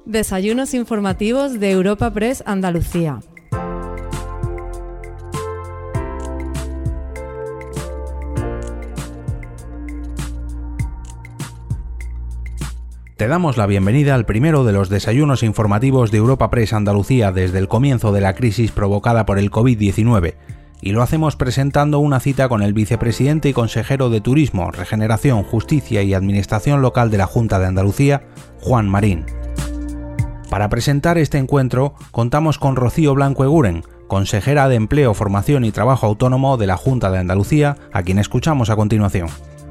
Desayunos informativos de Europa Press Andalucía. Te damos la bienvenida al primero de los desayunos informativos de Europa Press Andalucía desde el comienzo de la crisis provocada por el COVID-19, y lo hacemos presentando una cita con el vicepresidente y consejero de Turismo, Regeneración, Justicia y Administración Local de la Junta de Andalucía, Juan Marín. Para presentar este encuentro contamos con Rocío Blanco Eguren, consejera de Empleo, Formación y Trabajo Autónomo de la Junta de Andalucía, a quien escuchamos a continuación.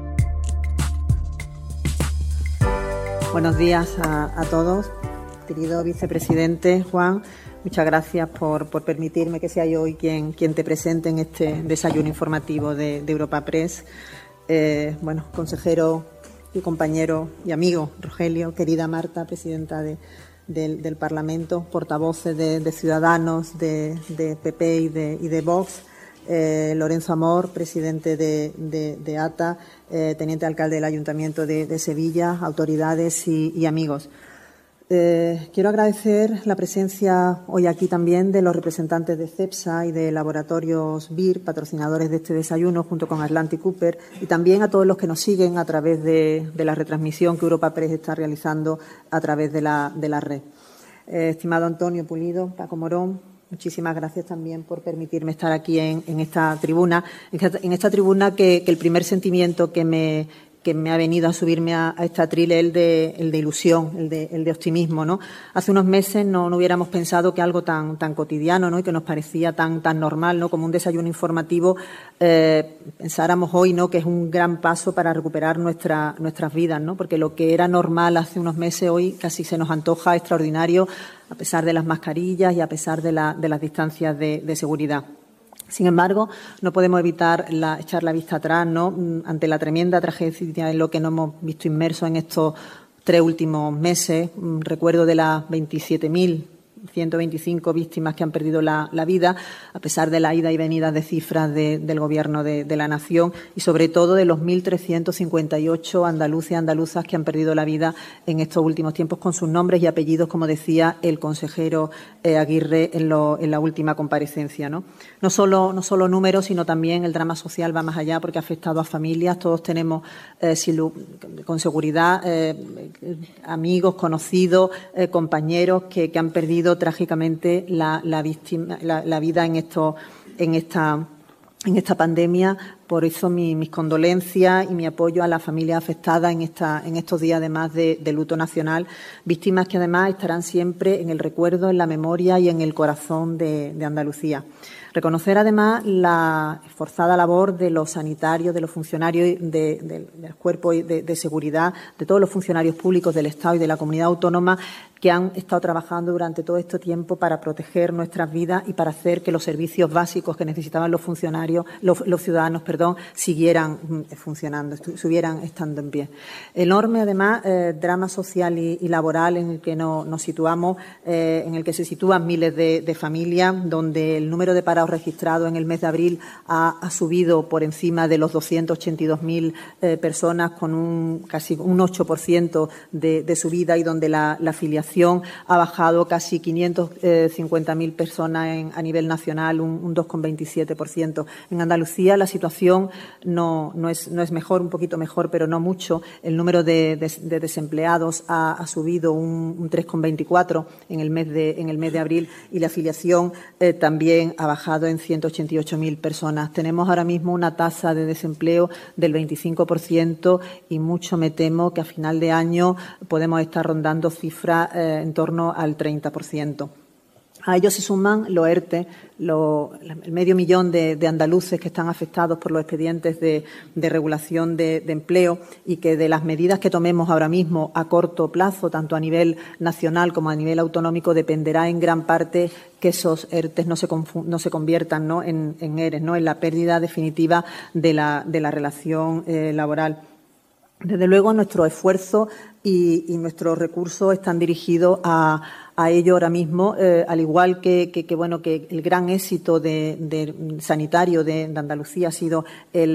Buenos días a todos, querido vicepresidente Juan. Muchas gracias por permitirme que sea yo hoy quien te presente en este desayuno informativo de Europa Press. Consejero y compañero y amigo Rogelio, querida Marta, presidenta del Parlamento, portavoces de Ciudadanos, de PP y de Vox, Lorenzo Amor, presidente de ATA, teniente alcalde del Ayuntamiento de Sevilla, autoridades y amigos. Quiero agradecer la presencia hoy aquí también de los representantes de CEPSA y de Laboratorios VIR, patrocinadores de este desayuno, junto con Atlantic Cooper, y también a todos los que nos siguen a través de la retransmisión que Europa Press está realizando a través de la red. Estimado Antonio Pulido, Paco Morón, muchísimas gracias también por permitirme estar aquí en esta tribuna. En esta tribuna que el primer sentimiento que me ha venido a subirme a esta atril es el de ilusión, el de optimismo, ¿no? Hace unos meses no hubiéramos pensado que algo tan cotidiano, ¿no?, y que nos parecía tan normal, ¿no?, como un desayuno informativo, pensáramos hoy, ¿no?, que es un gran paso para recuperar nuestras vidas, ¿no?, porque lo que era normal hace unos meses hoy casi se nos antoja extraordinario, a pesar de las mascarillas y a pesar de las distancias de seguridad. Sin embargo, no podemos evitar echar la vista atrás, ¿no?, ante la tremenda tragedia en lo que nos hemos visto inmersos en estos 3 últimos meses. Recuerdo de las 27.125 víctimas que han perdido la vida, a pesar de la ida y venida de cifras del Gobierno de la Nación, y sobre todo de los 1.358 andaluces y andaluzas que han perdido la vida en estos últimos tiempos, con sus nombres y apellidos, como decía el consejero Aguirre en la última comparecencia, ¿no? No solo números, sino también el drama social va más allá, porque ha afectado a familias. Todos tenemos con seguridad amigos, conocidos, compañeros que han perdido trágicamente la vida en esta pandemia. Por eso mis condolencias y mi apoyo a las familias afectadas en estos días, además de luto nacional, víctimas que además estarán siempre en el recuerdo, en la memoria y en el corazón de Andalucía. Reconocer además la esforzada labor de los sanitarios, de los funcionarios del cuerpo de seguridad, de todos los funcionarios públicos del Estado y de la comunidad autónoma, que han estado trabajando durante todo este tiempo para proteger nuestras vidas y para hacer que los servicios básicos que necesitaban los ciudadanos, siguieran funcionando, estuvieran estando en pie. Enorme, además, drama social y laboral en el que nos situamos, en el que se sitúan miles de familias, donde el número de parados registrados en el mes de abril ha subido por encima de los 282.000 personas, con casi un 8% de subida, y donde la afiliación ha bajado casi 550.000 personas a nivel nacional, un 2,27%. En Andalucía la situación no es mejor, un poquito mejor, pero no mucho. El número de desempleados ha subido un 3,24 en el mes de abril, y la afiliación también ha bajado en 188.000 personas. Tenemos ahora mismo una tasa de desempleo del 25%, y mucho me temo que a final de año podemos estar rondando cifras en torno al 30%. A ellos se suman los ERTE, el 500.000 de andaluces que están afectados por los expedientes de regulación de empleo, y que de las medidas que tomemos ahora mismo a corto plazo, tanto a nivel nacional como a nivel autonómico, dependerá en gran parte que esos ERTE no se conviertan, ¿no?, en ERES, ¿no?, en la pérdida definitiva de la relación laboral. Desde luego, nuestro esfuerzo y nuestros recursos están dirigidos a ello ahora mismo, al igual que el gran éxito sanitario de Andalucía ha sido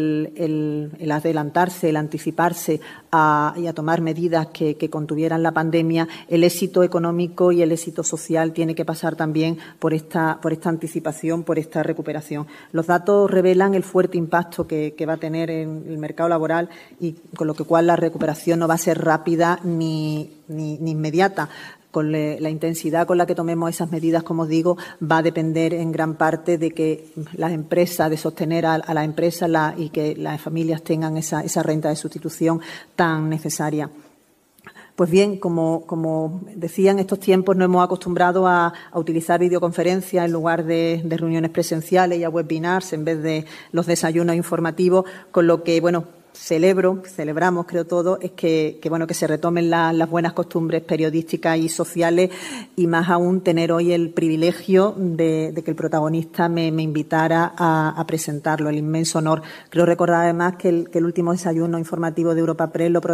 el adelantarse, el anticiparse y a tomar medidas que contuvieran la pandemia. El éxito económico y el éxito social tiene que pasar también por esta anticipación, por esta recuperación. Los datos revelan el fuerte impacto que va a tener en el mercado laboral y con lo cual la recuperación no va a ser rápida ni inmediata. Con la intensidad con la que tomemos esas medidas, como os digo, va a depender en gran parte de que las empresas, de sostener a las empresas y que las familias tengan esa renta de sustitución tan necesaria. Pues bien, como decía, en estos tiempos nos hemos acostumbrado a utilizar videoconferencias en lugar de reuniones presenciales y a webinars en vez de los desayunos informativos, con lo que, celebramos, creo todos, es que se retomen las buenas costumbres periodísticas y sociales, y más aún tener hoy el privilegio de que el protagonista me invitara a presentarlo, el inmenso honor. Creo recordar además que el último desayuno informativo de Europa Press lo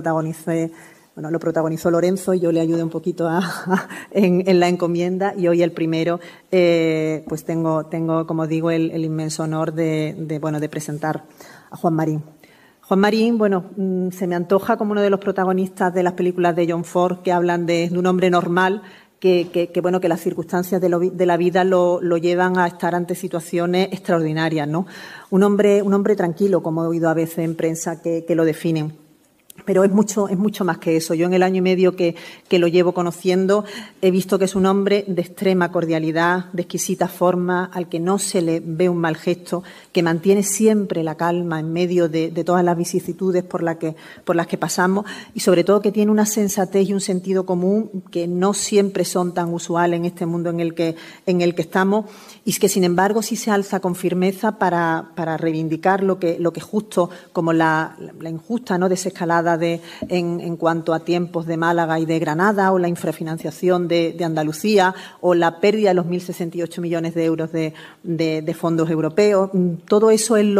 protagonizó Lorenzo y yo le ayudé un poquito en la encomienda, y hoy el primero, pues tengo, como digo, el inmenso honor de presentar a Juan Marín. Juan Marín, se me antoja como uno de los protagonistas de las películas de John Ford que hablan de un hombre normal que las circunstancias de la vida lo llevan a estar ante situaciones extraordinarias, ¿no? Un hombre tranquilo, como he oído a veces en prensa que lo definen. Pero es mucho más que eso. Yo en el año y medio que lo llevo conociendo he visto que es un hombre de extrema cordialidad, de exquisita forma, al que no se le ve un mal gesto, que mantiene siempre la calma en medio de todas las vicisitudes por las que pasamos, y sobre todo que tiene una sensatez y un sentido común que no siempre son tan usuales en este mundo en el que estamos, y que sin embargo sí se alza con firmeza para reivindicar lo que es justo, como la injusta, ¿no?, desescalada en cuanto a tiempos de Málaga y de Granada, o la infrafinanciación de Andalucía, o la pérdida de los 1.068 millones de euros de fondos europeos. Todo eso él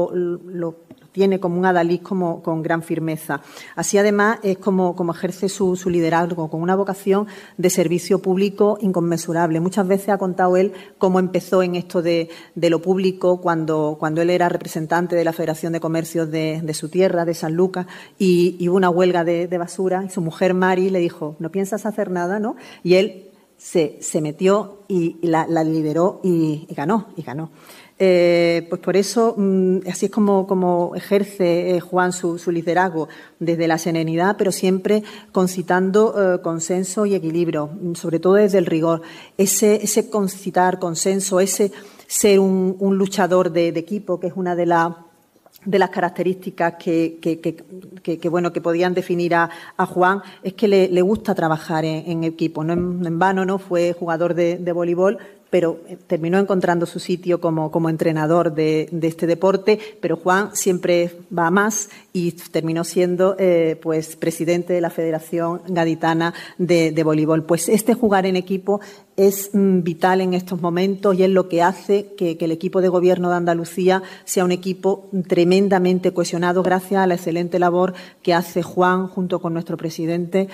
lo tiene como un adalid con gran firmeza. Así, además, es como ejerce su liderazgo, con una vocación de servicio público inconmensurable. Muchas veces ha contado él cómo empezó en esto de lo público cuando él era representante de la Federación de Comercios de su tierra, de San Lucas, y hubo una huelga de basura, y su mujer Mari le dijo: ¿no piensas hacer nada, no? Y él se metió y la lideró y ganó. Pues por eso, así es como ejerce Juan su liderazgo, desde la serenidad, pero siempre concitando consenso y equilibrio, sobre todo desde el rigor. Ese concitar consenso, ese ser un luchador de equipo, que es una de las características que podían definir a Juan, es que le gusta trabajar en equipo. No en vano, ¿no? Fue jugador de voleibol, pero terminó encontrando su sitio como entrenador de este deporte. Pero Juan siempre va a más y terminó siendo presidente de la Federación Gaditana de Voleibol. Pues este jugar en equipo es vital en estos momentos, y es lo que hace que el equipo de gobierno de Andalucía sea un equipo tremendamente cohesionado, gracias a la excelente labor que hace Juan junto con nuestro presidente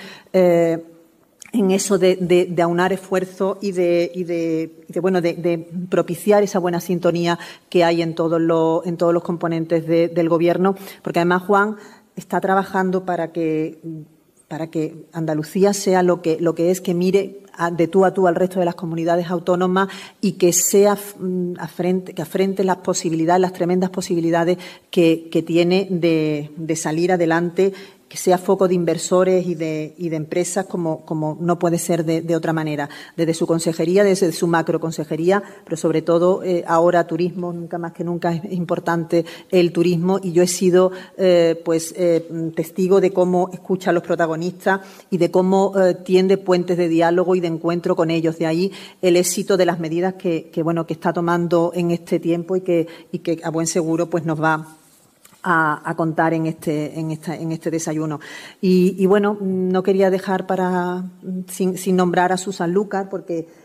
en eso de aunar esfuerzos y de propiciar esa buena sintonía que hay en todos los componentes del gobierno, porque además Juan está trabajando para que Andalucía sea lo que es, que mire de tú a tú al resto de las comunidades autónomas, y que sea que afrente las posibilidades, las tremendas posibilidades que tiene de salir adelante, que sea foco de inversores y de empresas como no puede ser de otra manera. Desde su consejería, desde su macroconsejería, pero sobre todo ahora turismo, nunca más que nunca es importante el turismo, y yo he sido testigo de cómo escucha a los protagonistas y de cómo tiende puentes de diálogo y de encuentro con ellos. De ahí el éxito de las medidas que está tomando en este tiempo y que a buen seguro pues nos va a contar en este desayuno. Y no quería dejar sin nombrar a Susan Lucas, porque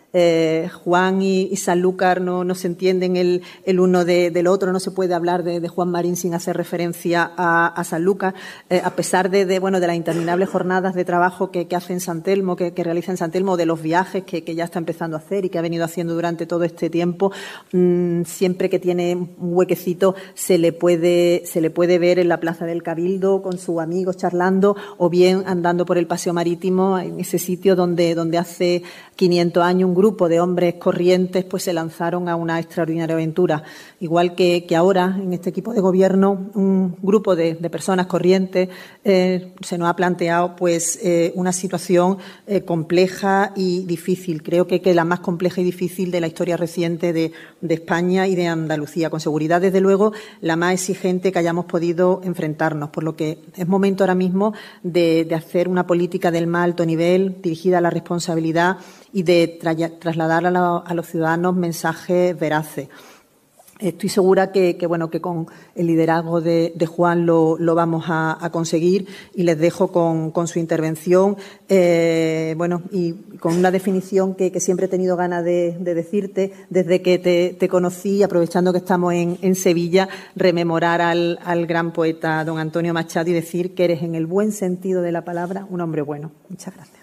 Juan y Sanlúcar no se entienden el uno del otro, no se puede hablar de Juan Marín sin hacer referencia a Sanlúcar, a pesar de las interminables jornadas de trabajo que hace en San Telmo, que realiza en San Telmo, de los viajes que ya está empezando a hacer y que ha venido haciendo durante todo este tiempo. Siempre que tiene un huequecito se le puede ver en la Plaza del Cabildo con sus amigos charlando, o bien andando por el Paseo Marítimo, en ese sitio donde hace 500 años un grupo de hombres corrientes pues se lanzaron a una extraordinaria aventura. Igual que ahora, en este equipo de gobierno, un grupo de personas corrientes se nos ha planteado pues una situación compleja y difícil. Creo que la más compleja y difícil de la historia reciente de España y de Andalucía. Con seguridad, desde luego, la más exigente que hayamos podido enfrentarnos. Por lo que es momento ahora mismo de hacer una política del más alto nivel, dirigida a la responsabilidad y de trasladar a los ciudadanos mensajes veraces. Estoy segura que con el liderazgo de Juan lo vamos a conseguir, y les dejo con su intervención, y con una definición que siempre he tenido ganas de decirte desde que te conocí, aprovechando que estamos en Sevilla, rememorar al gran poeta don Antonio Machado y decir que eres, en el buen sentido de la palabra, un hombre bueno. Muchas gracias.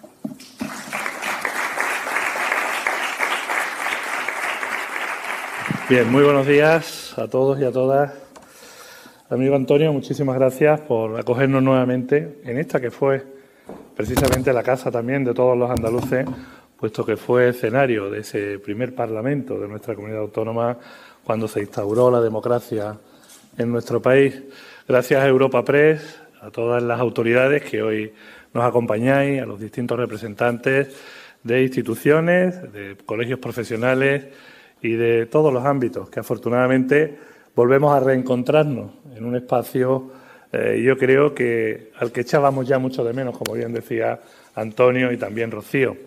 Bien, muy buenos días a todos y a todas. Amigo Antonio, muchísimas gracias por acogernos nuevamente en esta que fue precisamente la casa también de todos los andaluces, puesto que fue escenario de ese primer Parlamento de nuestra comunidad autónoma cuando se instauró la democracia en nuestro país. Gracias a Europa Press, a todas las autoridades que hoy nos acompañáis, a los distintos representantes de instituciones, de colegios profesionales y de todos los ámbitos, que afortunadamente volvemos a reencontrarnos en un espacio, yo creo que al que echábamos ya mucho de menos, como bien decía Antonio y también Rocío.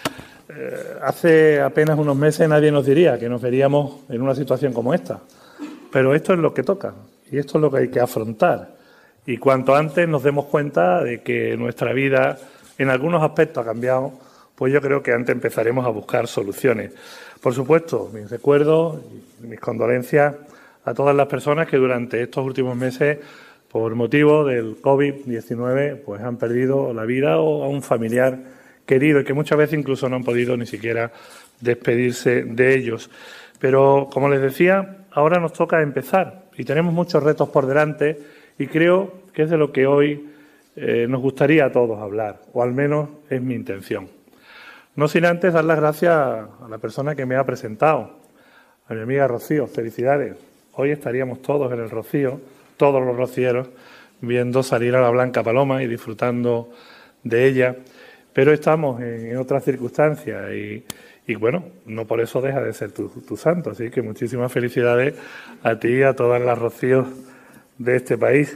Hace apenas unos meses nadie nos diría que nos veríamos en una situación como esta, pero esto es lo que toca y esto es lo que hay que afrontar. Y cuanto antes nos demos cuenta de que nuestra vida en algunos aspectos ha cambiado, pues yo creo que antes empezaremos a buscar soluciones. Por supuesto, mis recuerdos y mis condolencias a todas las personas que durante estos últimos meses, por motivo del COVID-19, pues han perdido la vida, o a un familiar querido, y que muchas veces incluso no han podido ni siquiera despedirse de ellos. Pero, como les decía, ahora nos toca empezar y tenemos muchos retos por delante, y creo que es de lo que hoy nos gustaría a todos hablar, o al menos es mi intención. No sin antes dar las gracias a la persona que me ha presentado, a mi amiga Rocío. Felicidades. Hoy estaríamos todos en el Rocío, todos los rocieros, viendo salir a la Blanca Paloma y disfrutando de ella, pero estamos en otras circunstancias y bueno, no por eso deja de ser tu santo. Así que muchísimas felicidades a ti y a todas las Rocíos de este país.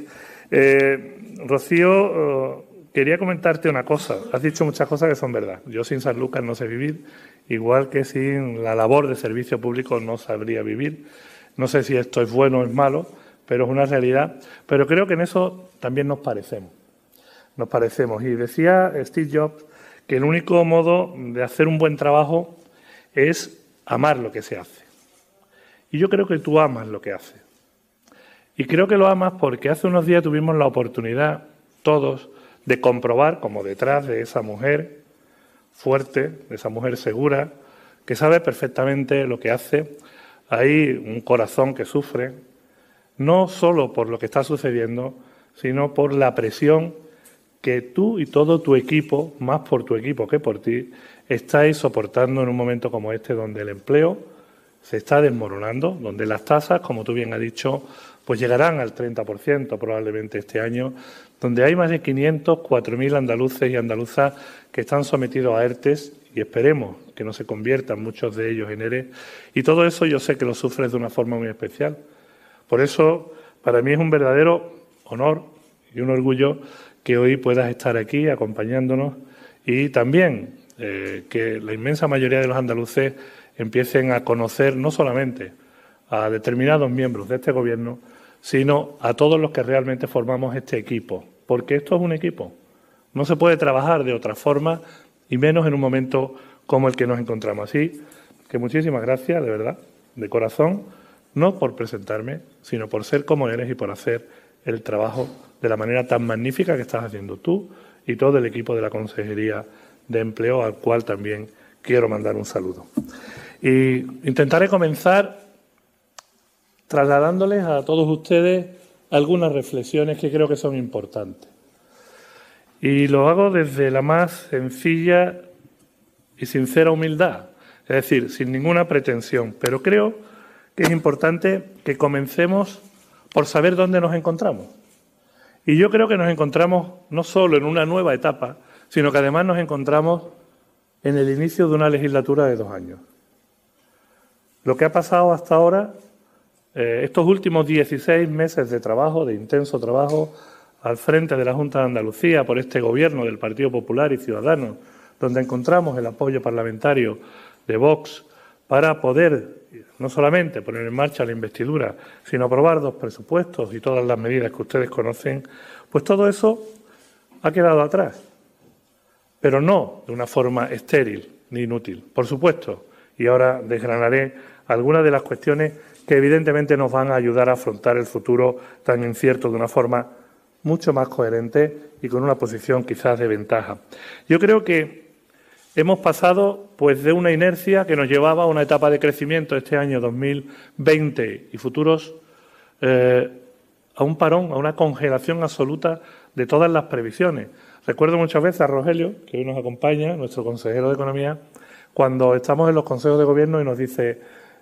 Rocío, quería comentarte una cosa. Has dicho muchas cosas que son verdad. Yo sin Sanlúcar no sé vivir, igual que sin la labor de servicio público no sabría vivir. No sé si esto es bueno o es malo, pero es una realidad. Pero creo que en eso también nos parecemos. Nos parecemos. Y decía Steve Jobs que el único modo de hacer un buen trabajo es amar lo que se hace. Y yo creo que tú amas lo que haces. Y creo que lo amas porque hace unos días tuvimos la oportunidad, todos, de comprobar cómo detrás de esa mujer fuerte, de esa mujer segura, que sabe perfectamente lo que hace, hay un corazón que sufre, no solo por lo que está sucediendo, sino por la presión que tú y todo tu equipo, más por tu equipo que por ti, estáis soportando en un momento como este, donde el empleo se está desmoronando, donde las tasas, como tú bien has dicho, pues llegarán al 30% probablemente este año, donde hay más de 504.000 andaluces y andaluzas que están sometidos a ERTEs, y esperemos que no se conviertan muchos de ellos en ERE. Y todo eso yo sé que lo sufres de una forma muy especial. Por eso, para mí es un verdadero honor y un orgullo que hoy puedas estar aquí acompañándonos, y también que la inmensa mayoría de los andaluces empiecen a conocer no solamente a determinados miembros de este Gobierno, sino a todos los que realmente formamos este equipo, porque esto es un equipo. No se puede trabajar de otra forma, y menos en un momento como el que nos encontramos. Así que muchísimas gracias, de verdad, de corazón, no por presentarme, sino por ser como eres y por hacer el trabajo de la manera tan magnífica que estás haciendo tú y todo el equipo de la Consejería de Empleo, al cual también quiero mandar un saludo. Y intentaré comenzar trasladándoles a todos ustedes algunas reflexiones que creo que son importantes. Y lo hago desde la más sencilla y sincera humildad, es decir, sin ninguna pretensión, pero creo que es importante que comencemos por saber dónde nos encontramos. Y yo creo que nos encontramos no solo en una nueva etapa, sino que además nos encontramos en el inicio de una legislatura de 2 años. Lo que ha pasado hasta ahora, estos últimos 16 meses de trabajo, de intenso trabajo, al frente de la Junta de Andalucía por este Gobierno del Partido Popular y Ciudadanos, donde encontramos el apoyo parlamentario de Vox para poder no solamente poner en marcha la investidura, sino aprobar 2 presupuestos y todas las medidas que ustedes conocen, pues todo eso ha quedado atrás. Pero no de una forma estéril ni inútil, por supuesto. Y ahora desgranaré algunas de las cuestiones que evidentemente nos van a ayudar a afrontar el futuro tan incierto de una forma mucho más coherente y con una posición quizás de ventaja. Yo creo que hemos pasado pues de una inercia que nos llevaba a una etapa de crecimiento este año 2020 y futuros a un parón, a una congelación absoluta de todas las previsiones. Recuerdo muchas veces a Rogelio, que hoy nos acompaña, nuestro consejero de Economía, cuando estamos en los consejos de gobierno y nos dice,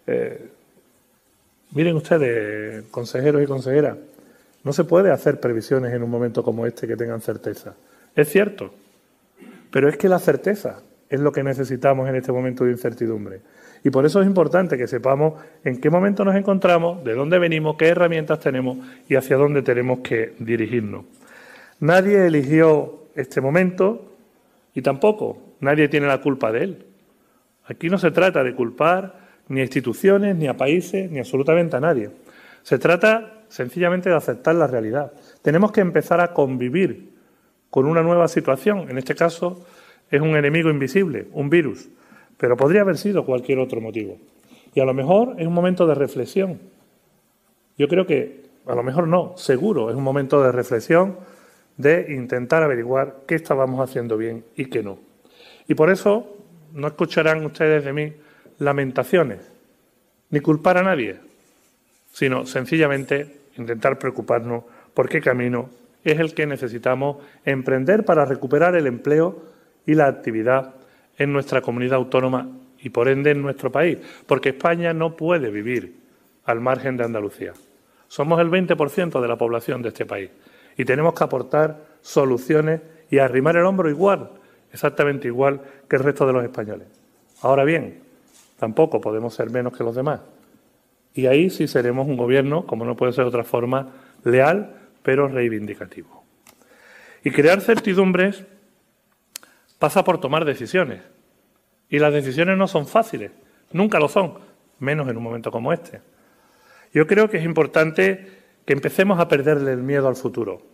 miren ustedes, consejeros y consejeras, no se puede hacer previsiones en un momento como este que tengan certeza. Es cierto, pero es que la certeza es lo que necesitamos en este momento de incertidumbre. Y por eso es importante que sepamos en qué momento nos encontramos, de dónde venimos, qué herramientas tenemos y hacia dónde tenemos que dirigirnos. Nadie eligió este momento y tampoco nadie tiene la culpa de él. Aquí no se trata de culpar ni a instituciones, ni a países, ni absolutamente a nadie. Se trata sencillamente de aceptar la realidad. Tenemos que empezar a convivir con una nueva situación. En este caso es un enemigo invisible, un virus, pero podría haber sido cualquier otro motivo. Y a lo mejor es un momento de reflexión. Yo creo que, a lo mejor no, seguro es un momento de reflexión, de intentar averiguar qué estábamos haciendo bien y qué no. Y por eso no escucharán ustedes de mí lamentaciones, ni culpar a nadie, sino sencillamente intentar preocuparnos por qué camino es el que necesitamos emprender para recuperar el empleo y la actividad en nuestra comunidad autónoma y, por ende, en nuestro país, porque España no puede vivir al margen de Andalucía. Somos el 20% de la población de este país y tenemos que aportar soluciones y arrimar el hombro igual, exactamente igual que el resto de los españoles. Ahora bien, tampoco podemos ser menos que los demás. Y ahí sí seremos un gobierno, como no puede ser de otra forma, leal, pero reivindicativo. Y crear certidumbres pasa por tomar decisiones. Y las decisiones no son fáciles, nunca lo son, menos en un momento como este. Yo creo que es importante que empecemos a perderle el miedo al futuro.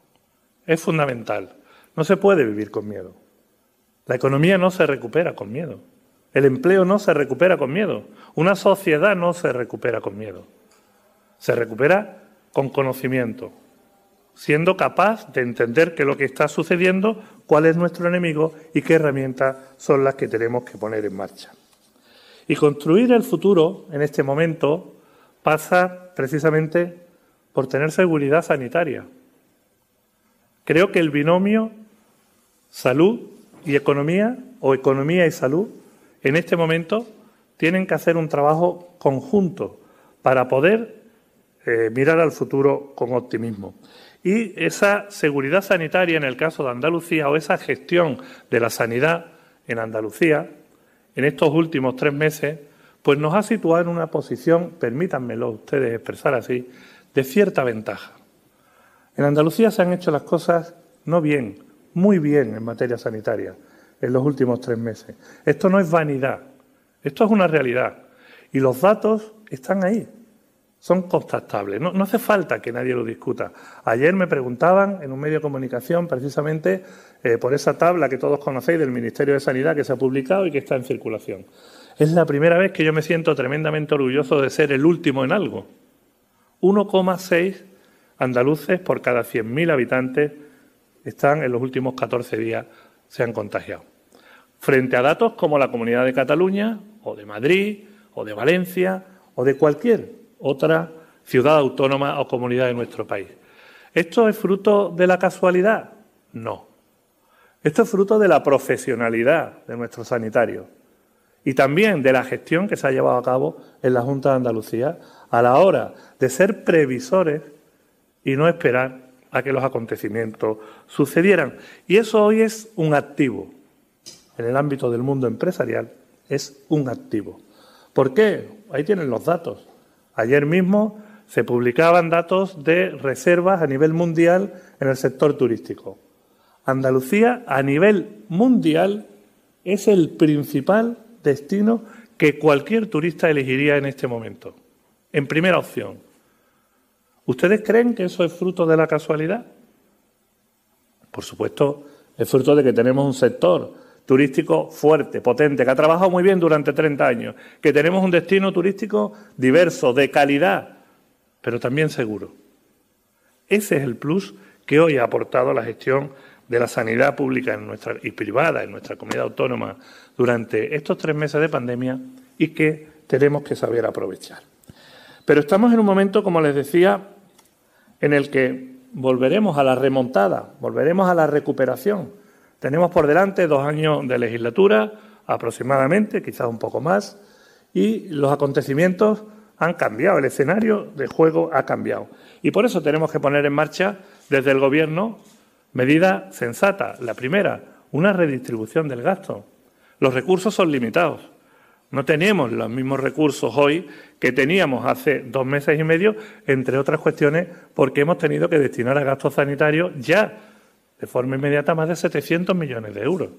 Es fundamental. No se puede vivir con miedo. La economía no se recupera con miedo. El empleo no se recupera con miedo. Una sociedad no se recupera con miedo. Se recupera con conocimiento, siendo capaz de entender qué es lo que está sucediendo, cuál es nuestro enemigo y qué herramientas son las que tenemos que poner en marcha. Y construir el futuro en este momento pasa precisamente por tener seguridad sanitaria. Creo que el binomio salud y economía, o economía y salud, en este momento tienen que hacer un trabajo conjunto para poder mirar al futuro con optimismo. Y esa seguridad sanitaria en el caso de Andalucía, o esa gestión de la sanidad en Andalucía, en estos últimos 3 meses, pues nos ha situado en una posición, permítanmelo ustedes expresar así, de cierta ventaja. En Andalucía se han hecho las cosas no bien, muy bien en materia sanitaria en los últimos 3 meses. Esto no es vanidad, esto es una realidad. Y los datos están ahí. son constatables. No hace falta que nadie lo discuta. Ayer me preguntaban en un medio de comunicación precisamente por esa tabla que todos conocéis del Ministerio de Sanidad que se ha publicado y que está en circulación. Es la primera vez que yo me siento tremendamente orgulloso de ser el último en algo. 1,6 andaluces por cada 100.000 habitantes están en los últimos 14 días, se han contagiado. Frente a datos como la Comunidad de Cataluña, o de Madrid, o de Valencia, o de cualquier otra ciudad autónoma o comunidad de nuestro país. ¿Esto es fruto de la casualidad? No. Esto es fruto de la profesionalidad de nuestros sanitarios y también de la gestión que se ha llevado a cabo en la Junta de Andalucía a la hora de ser previsores y no esperar a que los acontecimientos sucedieran. Y eso hoy es un activo. En el ámbito del mundo empresarial es un activo. ¿Por qué? Ahí tienen los datos. Ayer mismo se publicaban datos de reservas a nivel mundial en el sector turístico. Andalucía, a nivel mundial, es el principal destino que cualquier turista elegiría en este momento, en primera opción. ¿Ustedes creen que eso es fruto de la casualidad? Por supuesto, es fruto de que tenemos un sector turístico fuerte, potente, que ha trabajado muy bien durante 30 años, que tenemos un destino turístico diverso, de calidad, pero también seguro. Ese es el plus que hoy ha aportado la gestión de la sanidad pública y privada en nuestra comunidad autónoma durante estos 3 meses de pandemia y que tenemos que saber aprovechar. Pero estamos en un momento, como les decía, en el que volveremos a la remontada, volveremos a la recuperación. Tenemos por delante 2 años de legislatura, aproximadamente, quizás un poco más, y los acontecimientos han cambiado, el escenario de juego ha cambiado. Y por eso tenemos que poner en marcha desde el Gobierno medidas sensatas. La primera, una redistribución del gasto. Los recursos son limitados. No tenemos los mismos recursos hoy que teníamos hace 2 meses y medio, entre otras cuestiones, porque hemos tenido que destinar a gastos sanitarios ya, de forma inmediata, más de 700 millones de euros.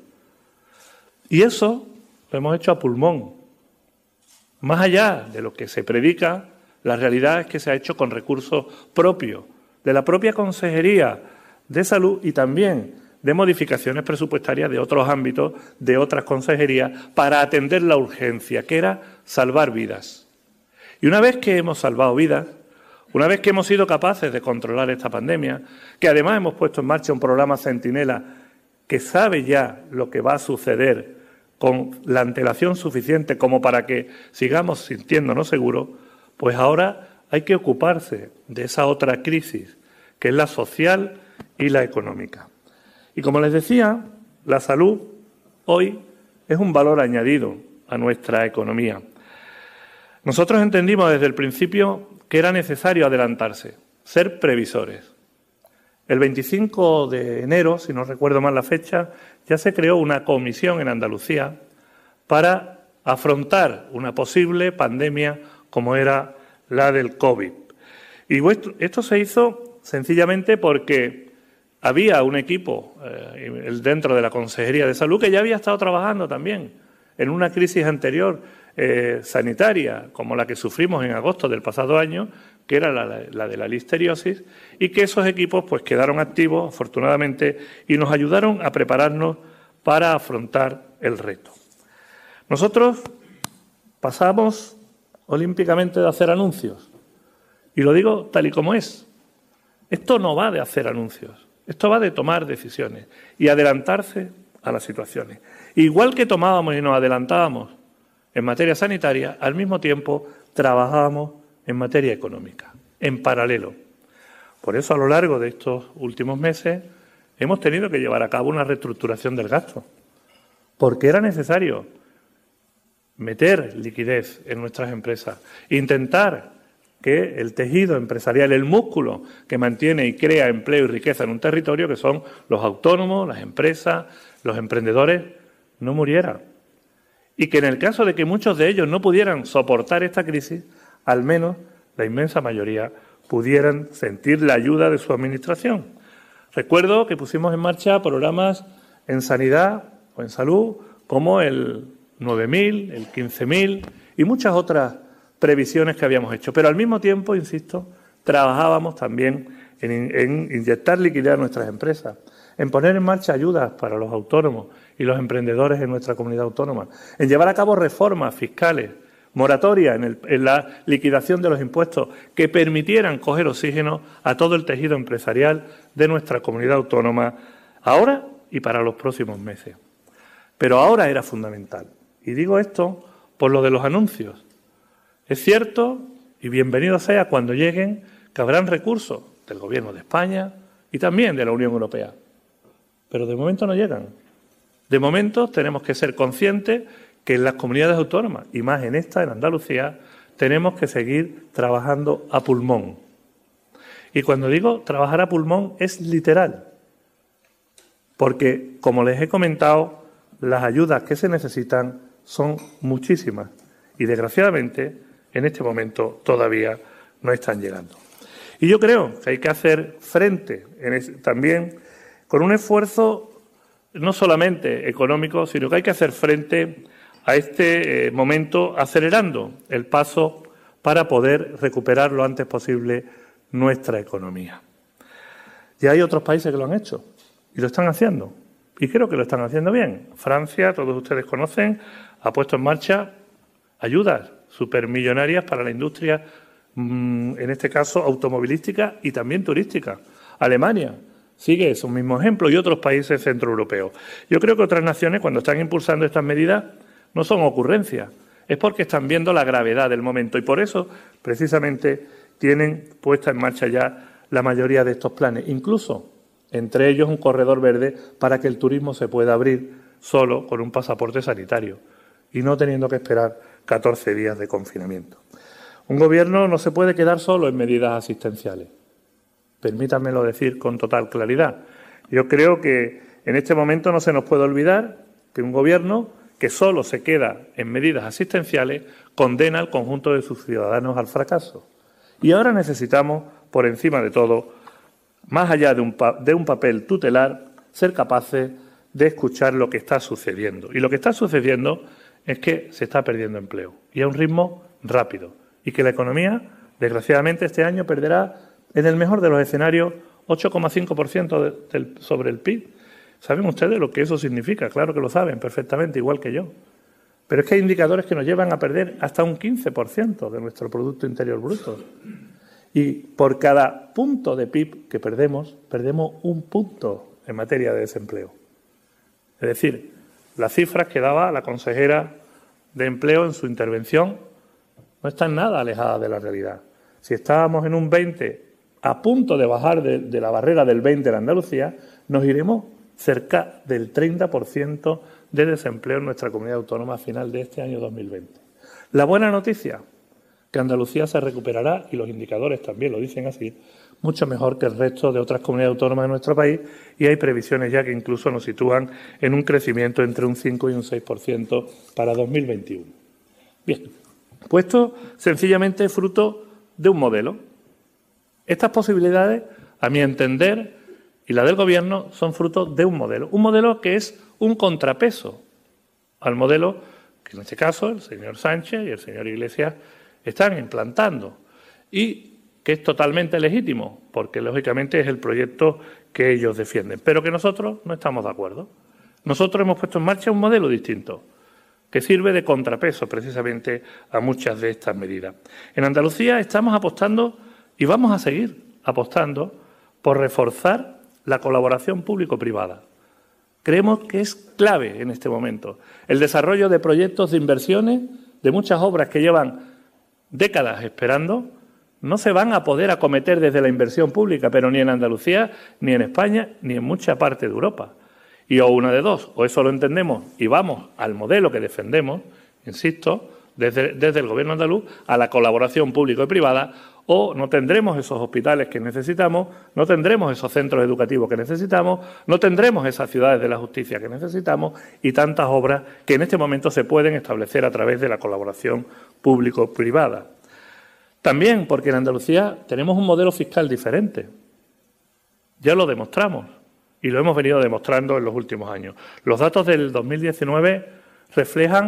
Y eso lo hemos hecho a pulmón. Más allá de lo que se predica, la realidad es que se ha hecho con recursos propios de la propia Consejería de Salud y también de modificaciones presupuestarias de otros ámbitos, de otras consejerías, para atender la urgencia, que era salvar vidas. Y una vez que hemos salvado vidas, una vez que hemos sido capaces de controlar esta pandemia, que además hemos puesto en marcha un programa Centinela que sabe ya lo que va a suceder con la antelación suficiente como para que sigamos sintiéndonos seguros, pues ahora hay que ocuparse de esa otra crisis, que es la social y la económica. Y como les decía, la salud hoy es un valor añadido a nuestra economía. Nosotros entendimos desde el principio que era necesario adelantarse, ser previsores. El 25 de enero, si no recuerdo mal la fecha, ya se creó una comisión en Andalucía para afrontar una posible pandemia como era la del COVID. Y esto se hizo sencillamente porque había un equipo dentro de la Consejería de Salud que ya había estado trabajando también en una crisis anterior sanitaria, como la que sufrimos en agosto del pasado año, que era la de la listeriosis, y que esos equipos pues quedaron activos, afortunadamente, y nos ayudaron a prepararnos para afrontar el reto. Nosotros pasamos olímpicamente de hacer anuncios, y lo digo tal y como es. Esto no va de hacer anuncios, esto va de tomar decisiones y adelantarse a las situaciones. Igual que tomábamos y nos adelantábamos en materia sanitaria, al mismo tiempo trabajábamos en materia económica, en paralelo. Por eso, a lo largo de estos últimos meses, hemos tenido que llevar a cabo una reestructuración del gasto, porque era necesario meter liquidez en nuestras empresas, intentar que el tejido empresarial, el músculo que mantiene y crea empleo y riqueza en un territorio, que son los autónomos, las empresas, los emprendedores, no muriera. Y que en el caso de que muchos de ellos no pudieran soportar esta crisis, al menos la inmensa mayoría pudieran sentir la ayuda de su administración. Recuerdo que pusimos en marcha programas en sanidad o en salud como el 9.000, el 15.000 y muchas otras previsiones que habíamos hecho. Pero al mismo tiempo, insisto, trabajábamos también en inyectar liquidez a nuestras empresas, en poner en marcha ayudas para los autónomos y los emprendedores en nuestra comunidad autónoma, en llevar a cabo reformas fiscales, moratoria en la liquidación de los impuestos que permitieran coger oxígeno a todo el tejido empresarial de nuestra comunidad autónoma ahora y para los próximos meses. Pero ahora era fundamental. Y digo esto por lo de los anuncios. Es cierto, y bienvenido sea cuando lleguen, que habrán recursos del Gobierno de España y también de la Unión Europea. Pero de momento no llegan. De momento tenemos que ser conscientes que en las comunidades autónomas, y más en esta, en Andalucía, tenemos que seguir trabajando a pulmón. Y cuando digo trabajar a pulmón es literal, porque, como les he comentado, las ayudas que se necesitan son muchísimas y, desgraciadamente, en este momento todavía no están llegando. Y yo creo que hay que hacer frente también con un esfuerzo no solamente económico, sino que hay que hacer frente a este momento acelerando el paso para poder recuperar lo antes posible nuestra economía. Ya hay otros países que lo han hecho y lo están haciendo. Y creo que lo están haciendo bien. Francia, todos ustedes conocen, ha puesto en marcha ayudas supermillonarias para la industria, en este caso automovilística y también turística. Alemania sigue esos mismos ejemplos y otros países centroeuropeos. Yo creo que otras naciones, cuando están impulsando estas medidas, no son ocurrencias, es porque están viendo la gravedad del momento y por eso, precisamente, tienen puesta en marcha ya la mayoría de estos planes, incluso entre ellos un corredor verde para que el turismo se pueda abrir solo con un pasaporte sanitario y no teniendo que esperar 14 días de confinamiento. Un gobierno no se puede quedar solo en medidas asistenciales. Permítanmelo decir con total claridad. Yo creo que en este momento no se nos puede olvidar que un gobierno que solo se queda en medidas asistenciales condena al conjunto de sus ciudadanos al fracaso. Y ahora necesitamos, por encima de todo, más allá de un papel tutelar, ser capaces de escuchar lo que está sucediendo. Y lo que está sucediendo es que se está perdiendo empleo y a un ritmo rápido. Y que la economía, desgraciadamente, este año perderá, en el mejor de los escenarios, 8,5% sobre el PIB. ¿Saben ustedes lo que eso significa? Claro que lo saben perfectamente, igual que yo. Pero es que hay indicadores que nos llevan a perder hasta un 15% de nuestro Producto Interior Bruto. Y por cada punto de PIB que perdemos un punto en materia de desempleo. Es decir, las cifras que daba la consejera de Empleo en su intervención no están nada alejadas de la realidad. Si estábamos en un 20, a punto de bajar de la barrera del 20 en Andalucía, nos iremos cerca del 30% de desempleo en nuestra comunidad autónoma a final de este año 2020. La buena noticia, que Andalucía se recuperará, y los indicadores también lo dicen así, mucho mejor que el resto de otras comunidades autónomas de nuestro país, y hay previsiones ya que incluso nos sitúan en un crecimiento entre un 5 y un 6% para 2021. Bien, pues esto sencillamente es fruto de un modelo. Estas posibilidades, a mi entender, y la del Gobierno, son fruto de un modelo que es un contrapeso al modelo que en este caso el señor Sánchez y el señor Iglesias están implantando y que es totalmente legítimo, porque lógicamente es el proyecto que ellos defienden, pero que nosotros no estamos de acuerdo. Nosotros hemos puesto en marcha un modelo distinto, que sirve de contrapeso precisamente a muchas de estas medidas. En Andalucía estamos apostando y vamos a seguir apostando por reforzar la colaboración público-privada. Creemos que es clave en este momento el desarrollo de proyectos de inversiones, de muchas obras que llevan décadas esperando, no se van a poder acometer desde la inversión pública, pero ni en Andalucía, ni en España, ni en mucha parte de Europa. Y o una de dos, o eso lo entendemos y vamos al modelo que defendemos, insisto, desde el Gobierno andaluz, a la colaboración público y privada, o no tendremos esos hospitales que necesitamos, no tendremos esos centros educativos que necesitamos, no tendremos esas ciudades de la justicia que necesitamos y tantas obras que en este momento se pueden establecer a través de la colaboración público-privada. También porque en Andalucía tenemos un modelo fiscal diferente. Ya lo demostramos y lo hemos venido demostrando en los últimos años. Los datos del 2019 reflejan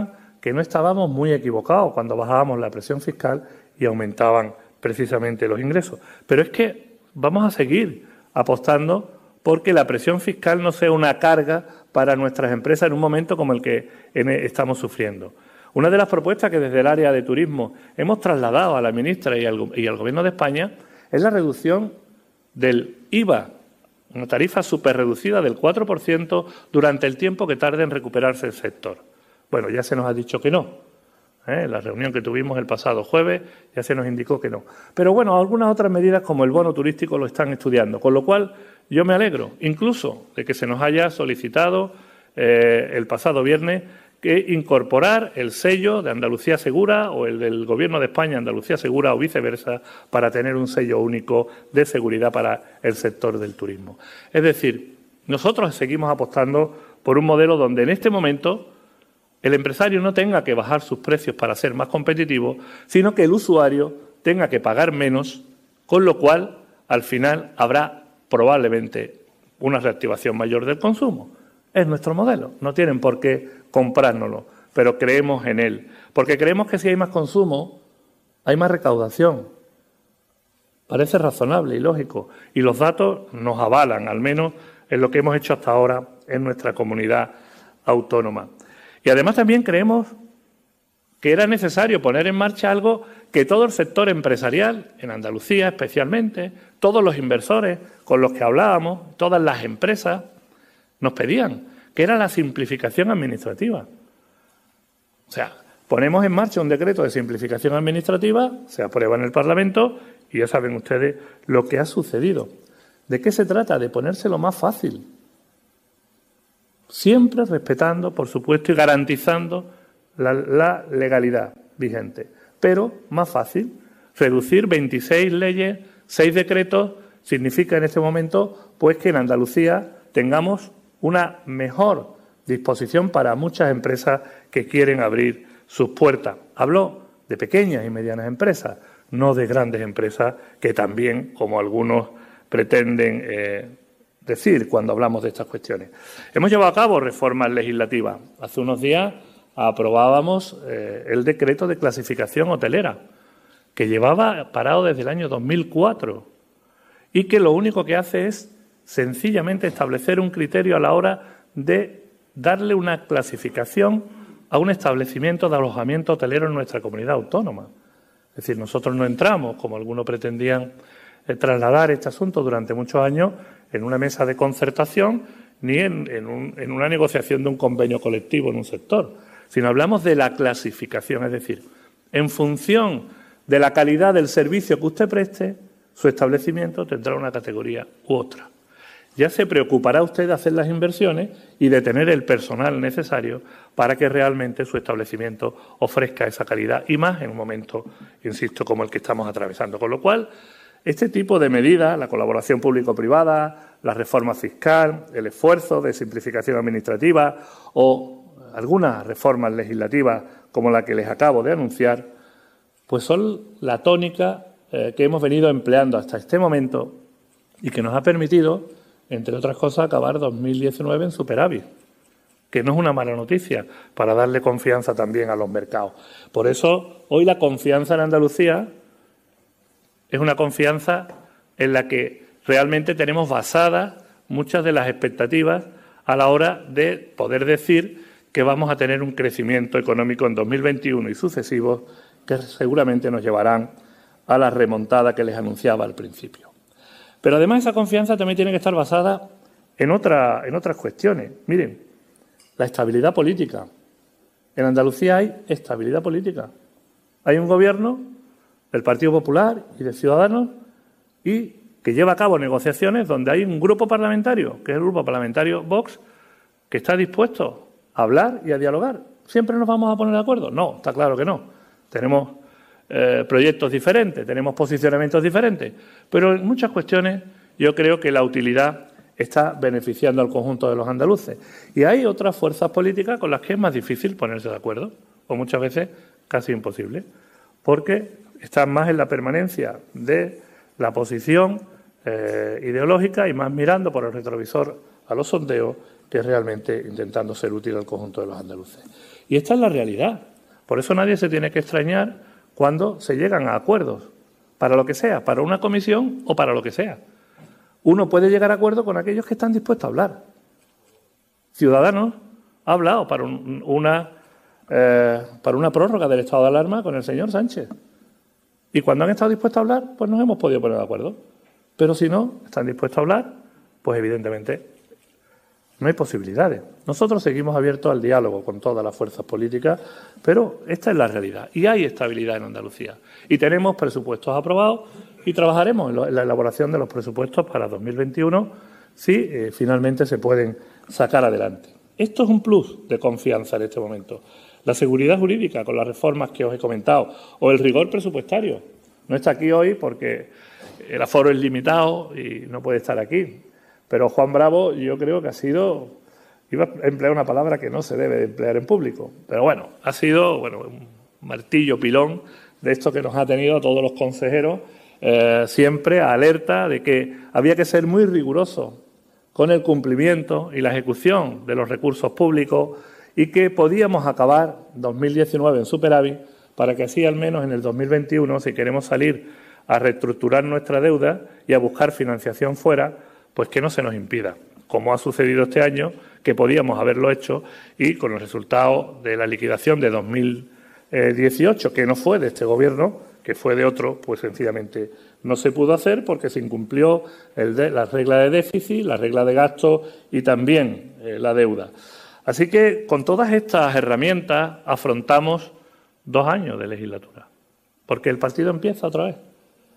que no estábamos muy equivocados cuando bajábamos la presión fiscal y aumentaban precisamente los ingresos. Pero es que vamos a seguir apostando porque la presión fiscal no sea una carga para nuestras empresas en un momento como el que estamos sufriendo. Una de las propuestas que desde el área de turismo hemos trasladado a la ministra y al Gobierno de España es la reducción del IVA, una tarifa superreducida del 4% durante el tiempo que tarde en recuperarse el sector. Bueno, ya se nos ha dicho que no. En la reunión que tuvimos el pasado jueves ya se nos indicó que no. Pero bueno, algunas otras medidas como el bono turístico lo están estudiando, con lo cual yo me alegro incluso de que se nos haya solicitado el pasado viernes que incorporar el sello de Andalucía Segura o el del Gobierno de España Andalucía Segura o viceversa para tener un sello único de seguridad para el sector del turismo. Es decir, nosotros seguimos apostando por un modelo donde en este momento el empresario no tenga que bajar sus precios para ser más competitivo, sino que el usuario tenga que pagar menos, con lo cual al final habrá probablemente una reactivación mayor del consumo. Es nuestro modelo, no tienen por qué comprárnoslo, pero creemos en él, porque creemos que si hay más consumo, hay más recaudación. Parece razonable y lógico, y los datos nos avalan, al menos en lo que hemos hecho hasta ahora en nuestra comunidad autónoma. Y además también creemos que era necesario poner en marcha algo que todo el sector empresarial, en Andalucía especialmente, todos los inversores con los que hablábamos, todas las empresas, nos pedían, que era la simplificación administrativa. O sea, ponemos en marcha un decreto de simplificación administrativa, se aprueba en el Parlamento y ya saben ustedes lo que ha sucedido. ¿De qué se trata? De ponérselo más fácil. Siempre respetando, por supuesto, y garantizando la legalidad vigente. Pero más fácil. Reducir 26 leyes, 6 decretos, significa en este momento pues que en Andalucía tengamos una mejor disposición para muchas empresas que quieren abrir sus puertas. Hablo de pequeñas y medianas empresas, no de grandes empresas que también, como algunos pretenden decir cuando hablamos de estas cuestiones. Hemos llevado a cabo reformas legislativas. Hace unos días aprobábamos el decreto de clasificación hotelera, que llevaba parado desde el año 2004 y que lo único que hace es sencillamente establecer un criterio a la hora de darle una clasificación a un establecimiento de alojamiento hotelero en nuestra comunidad autónoma. Es decir, nosotros no entramos, como algunos pretendían trasladar este asunto durante muchos años, en una mesa de concertación ni en una negociación de un convenio colectivo en un sector, sino hablamos de la clasificación, es decir, en función de la calidad del servicio que usted preste, su establecimiento tendrá una categoría u otra. Ya se preocupará usted de hacer las inversiones y de tener el personal necesario para que realmente su establecimiento ofrezca esa calidad y más en un momento, insisto, como el que estamos atravesando. Con lo cual, este tipo de medidas, la colaboración público-privada, la reforma fiscal, el esfuerzo de simplificación administrativa o algunas reformas legislativas como la que les acabo de anunciar, pues son la tónica que hemos venido empleando hasta este momento y que nos ha permitido, entre otras cosas, acabar 2019 en superávit, que no es una mala noticia para darle confianza también a los mercados. Por eso, hoy la confianza en Andalucía es una confianza en la que realmente tenemos basadas muchas de las expectativas a la hora de poder decir que vamos a tener un crecimiento económico en 2021 y sucesivos que seguramente nos llevarán a la remontada que les anunciaba al principio. Pero además esa confianza también tiene que estar basada en otras cuestiones. Miren, la estabilidad política. En Andalucía hay estabilidad política. Hay un gobierno del Partido Popular y de Ciudadanos y que lleva a cabo negociaciones donde hay un grupo parlamentario, que es el grupo parlamentario Vox, que está dispuesto a hablar y a dialogar. ¿Siempre nos vamos a poner de acuerdo? No, está claro que no. Tenemos proyectos diferentes, tenemos posicionamientos diferentes, pero en muchas cuestiones yo creo que la utilidad está beneficiando al conjunto de los andaluces. Y hay otras fuerzas políticas con las que es más difícil ponerse de acuerdo, o muchas veces casi imposible, porque están más en la permanencia de la posición ideológica y más mirando por el retrovisor a los sondeos que realmente intentando ser útil al conjunto de los andaluces. Y esta es la realidad. Por eso nadie se tiene que extrañar cuando se llegan a acuerdos, para lo que sea, para una comisión o para lo que sea. Uno puede llegar a acuerdo con aquellos que están dispuestos a hablar. Ciudadanos ha hablado para una prórroga del estado de alarma con el señor Sánchez. Y cuando han estado dispuestos a hablar, pues nos hemos podido poner de acuerdo. Pero si no están dispuestos a hablar, pues evidentemente no hay posibilidades. Nosotros seguimos abiertos al diálogo con todas las fuerzas políticas, pero esta es la realidad. Y hay estabilidad en Andalucía. Y tenemos presupuestos aprobados y trabajaremos en la elaboración de los presupuestos para 2021 si finalmente se pueden sacar adelante. Esto es un plus de confianza en este momento. La seguridad jurídica con las reformas que os he comentado o el rigor presupuestario. No está aquí hoy porque el aforo es limitado y no puede estar aquí. Pero Juan Bravo yo creo que ha sido, iba a emplear una palabra que no se debe emplear en público, pero bueno, ha sido un martillo pilón de esto que nos ha tenido a todos los consejeros siempre alerta de que había que ser muy riguroso con el cumplimiento y la ejecución de los recursos públicos y que podíamos acabar 2019 en superávit para que así al menos en el 2021, si queremos salir a reestructurar nuestra deuda y a buscar financiación fuera, pues que no se nos impida, como ha sucedido este año, que podíamos haberlo hecho y con el resultado de la liquidación de 2018, que no fue de este Gobierno, que fue de otro, pues sencillamente no se pudo hacer porque se incumplió la regla de déficit, la regla de gasto y también la deuda. Así que con todas estas herramientas afrontamos 2 años de legislatura, porque el partido empieza otra vez,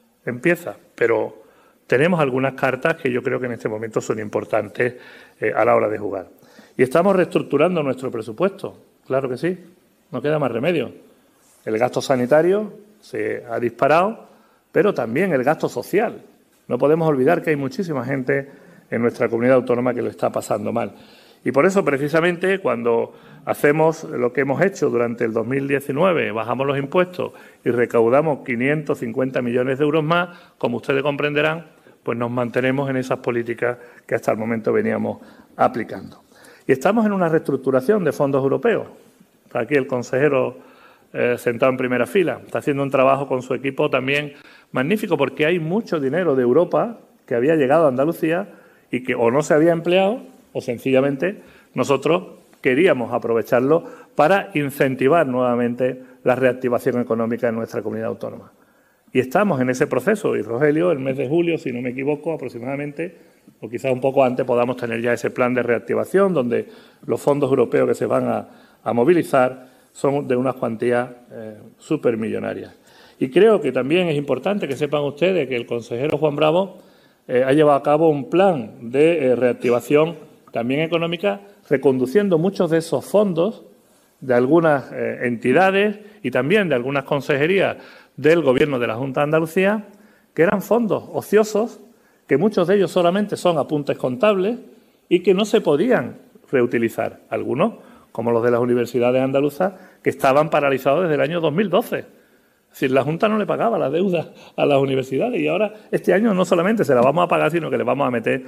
pero tenemos algunas cartas que yo creo que en este momento son importantes a la hora de jugar. Y estamos reestructurando nuestro presupuesto, claro que sí, no queda más remedio. El gasto sanitario se ha disparado, pero también el gasto social. No podemos olvidar que hay muchísima gente en nuestra comunidad autónoma que lo está pasando mal. Y por eso, precisamente, cuando hacemos lo que hemos hecho durante el 2019, bajamos los impuestos y recaudamos 550 millones de euros más, como ustedes comprenderán, pues nos mantenemos en esas políticas que hasta el momento veníamos aplicando. Y estamos en una reestructuración de fondos europeos. Está aquí el consejero sentado en primera fila. Está haciendo un trabajo con su equipo también magnífico porque hay mucho dinero de Europa que había llegado a Andalucía y que o no se había empleado o sencillamente nosotros queríamos aprovecharlo para incentivar nuevamente la reactivación económica en nuestra comunidad autónoma. Y estamos en ese proceso y, Rogelio, el mes de julio, si no me equivoco, aproximadamente, o quizás un poco antes, podamos tener ya ese plan de reactivación donde los fondos europeos que se van a movilizar son de unas cuantías supermillonarias. Y creo que también es importante que sepan ustedes que el consejero Juan Bravo ha llevado a cabo un plan de reactivación también económica, reconduciendo muchos de esos fondos de algunas entidades y también de algunas consejerías del Gobierno de la Junta de Andalucía, que eran fondos ociosos, que muchos de ellos solamente son apuntes contables y que no se podían reutilizar. Algunos, como los de las universidades andaluzas, que estaban paralizados desde el año 2012. Es decir, la Junta no le pagaba la deuda a las universidades y ahora este año no solamente se la vamos a pagar, sino que le vamos a meter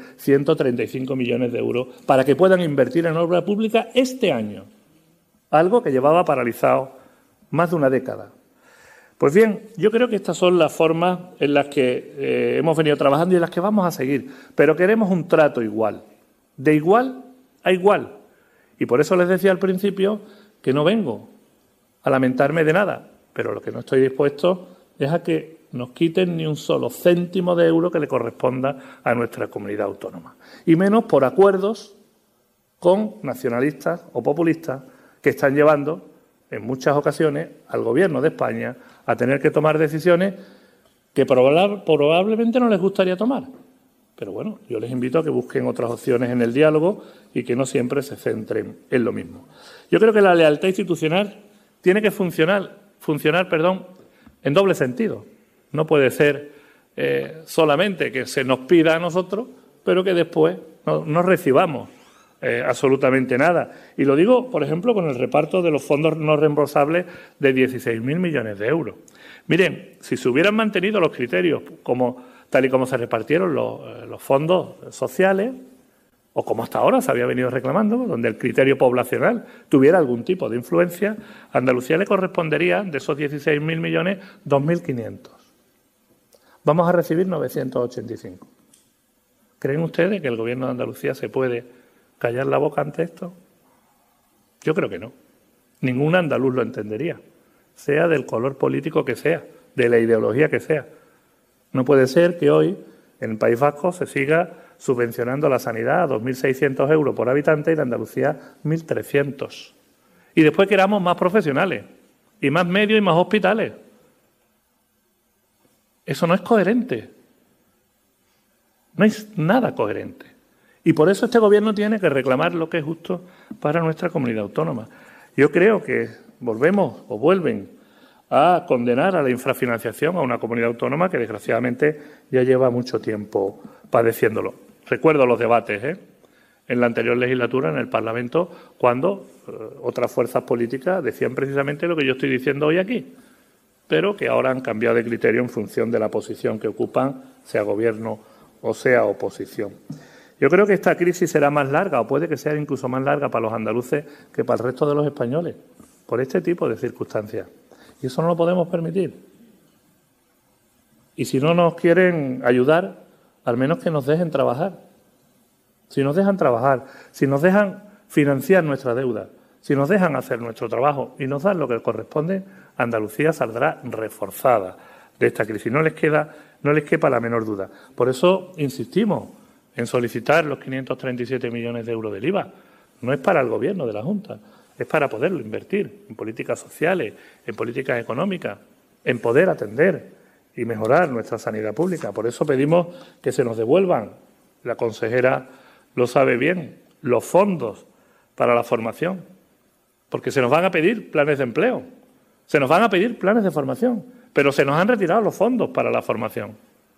135 millones de euros para que puedan invertir en obra pública este año. Algo que llevaba paralizado más de una década. Pues bien, yo creo que estas son las formas en las que hemos venido trabajando y en las que vamos a seguir. Pero queremos un trato igual, de igual a igual. Y por eso les decía al principio que no vengo a lamentarme de nada, pero lo que no estoy dispuesto es a que nos quiten ni un solo céntimo de euro que le corresponda a nuestra comunidad autónoma. Y menos por acuerdos con nacionalistas o populistas que están llevando en muchas ocasiones al Gobierno de España a tener que tomar decisiones que probablemente no les gustaría tomar. Pero bueno, yo les invito a que busquen otras opciones en el diálogo y que no siempre se centren en lo mismo. Yo creo que la lealtad institucional tiene que funcionar en doble sentido. No puede ser solamente que se nos pida a nosotros, pero que después no recibamos absolutamente nada. Y lo digo, por ejemplo, con el reparto de los fondos no reembolsables de 16.000 millones de euros. Miren, si se hubieran mantenido los criterios tal y como se repartieron los fondos sociales, o como hasta ahora se había venido reclamando, donde el criterio poblacional tuviera algún tipo de influencia, a Andalucía le correspondería, de esos 16.000 millones, 2.500. Vamos a recibir 985. ¿Creen ustedes que el Gobierno de Andalucía se puede callar la boca ante esto? Yo creo que no. Ningún andaluz lo entendería, sea del color político que sea, de la ideología que sea. No puede ser que hoy en el País Vasco se siga subvencionando la sanidad a 2.600 euros por habitante y en Andalucía 1.300. Y después queramos más profesionales, y más medios y más hospitales. Eso no es coherente. No es nada coherente. Y por eso este Gobierno tiene que reclamar lo que es justo para nuestra comunidad autónoma. Yo creo que volvemos o vuelven a condenar a la infrafinanciación a una comunidad autónoma que desgraciadamente ya lleva mucho tiempo padeciéndolo. Recuerdo los debates en la anterior legislatura en el Parlamento cuando otras fuerzas políticas decían precisamente lo que yo estoy diciendo hoy aquí, pero que ahora han cambiado de criterio en función de la posición que ocupan, sea Gobierno o sea oposición. Yo creo que esta crisis será más larga, o puede que sea incluso más larga para los andaluces que para el resto de los españoles, por este tipo de circunstancias. Y eso no lo podemos permitir. Y si no nos quieren ayudar, al menos que nos dejen trabajar. Si nos dejan trabajar, si nos dejan financiar nuestra deuda, si nos dejan hacer nuestro trabajo y nos dan lo que corresponde, Andalucía saldrá reforzada de esta crisis. No les quepa la menor duda. Por eso insistimos en solicitar los 537 millones de euros del IVA. No es para el Gobierno de la Junta, es para poderlo invertir en políticas sociales, en políticas económicas, en poder atender y mejorar nuestra sanidad pública. Por eso pedimos que se nos devuelvan, la consejera lo sabe bien, los fondos para la formación, porque se nos van a pedir planes de empleo, se nos van a pedir planes de formación, pero se nos han retirado los fondos para la formación.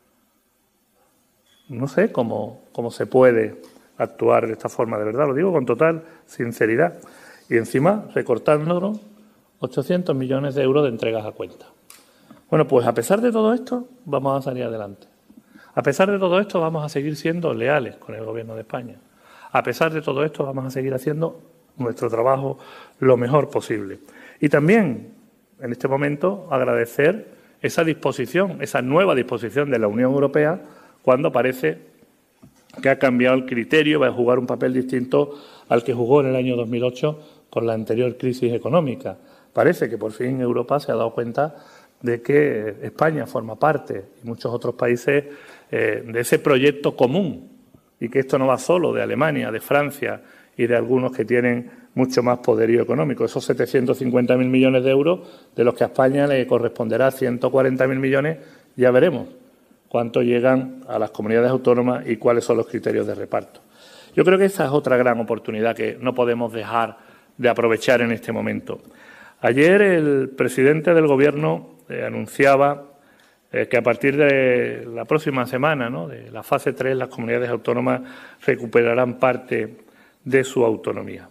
No sé cómo se puede actuar de esta forma, de verdad, lo digo con total sinceridad. Y encima recortándonos 800 millones de euros de entregas a cuenta. Bueno, pues a pesar de todo esto, vamos a salir adelante. A pesar de todo esto, vamos a seguir siendo leales con el Gobierno de España. A pesar de todo esto, vamos a seguir haciendo nuestro trabajo lo mejor posible. Y también, en este momento, agradecer esa disposición, esa nueva disposición de la Unión Europea, cuando parece que ha cambiado el criterio, va a jugar un papel distinto al que jugó en el año 2008 con la anterior crisis económica. Parece que por fin Europa se ha dado cuenta de que España forma parte, y muchos otros países, de ese proyecto común, y que esto no va solo de Alemania, de Francia y de algunos que tienen mucho más poderío económico. Esos 750.000 millones de euros, de los que a España le corresponderá 140.000 millones, ya veremos cuánto llegan a las comunidades autónomas y cuáles son los criterios de reparto. Yo creo que esa es otra gran oportunidad que no podemos dejar de aprovechar en este momento. Ayer el presidente del Gobierno anunciaba que a partir de la próxima semana, de la fase 3, las comunidades autónomas recuperarán parte de su autonomía.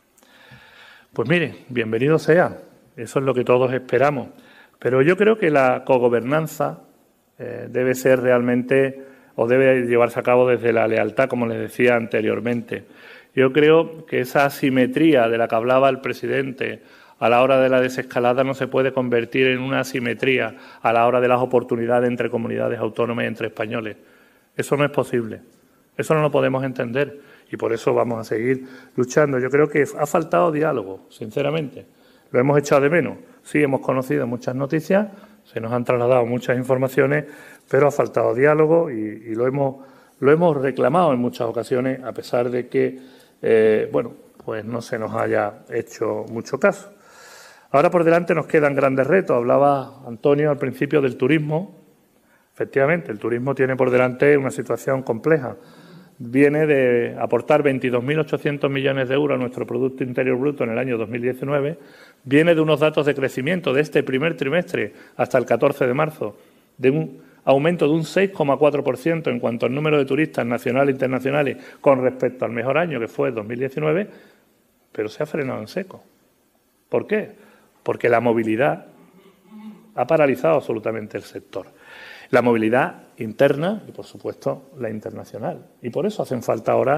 Pues mire, bienvenido sea, eso es lo que todos esperamos. Pero yo creo que la cogobernanza debe ser realmente, o debe llevarse a cabo desde la lealtad, como les decía anteriormente. Yo creo que esa asimetría de la que hablaba el presidente a la hora de la desescalada no se puede convertir en una asimetría a la hora de las oportunidades entre comunidades autónomas y entre españoles. Eso no es posible. Eso no lo podemos entender y por eso vamos a seguir luchando. Yo creo que ha faltado diálogo, sinceramente. Lo hemos echado de menos. Sí, hemos conocido muchas noticias, se nos han trasladado muchas informaciones, pero ha faltado diálogo y lo hemos reclamado en muchas ocasiones, a pesar de que, pues no se nos haya hecho mucho caso. Ahora por delante nos quedan grandes retos. Hablaba Antonio al principio del turismo. Efectivamente, el turismo tiene por delante una situación compleja. Viene de aportar 22.800 millones de euros a nuestro Producto Interior Bruto en el año 2019. Viene de unos datos de crecimiento de este primer trimestre hasta el 14 de marzo, de un aumento de un 6,4% en cuanto al número de turistas nacionales e internacionales con respecto al mejor año que fue el 2019, pero se ha frenado en seco. ¿Por qué? Porque la movilidad ha paralizado absolutamente el sector. La movilidad interna y, por supuesto, la internacional. Y por eso hacen falta ahora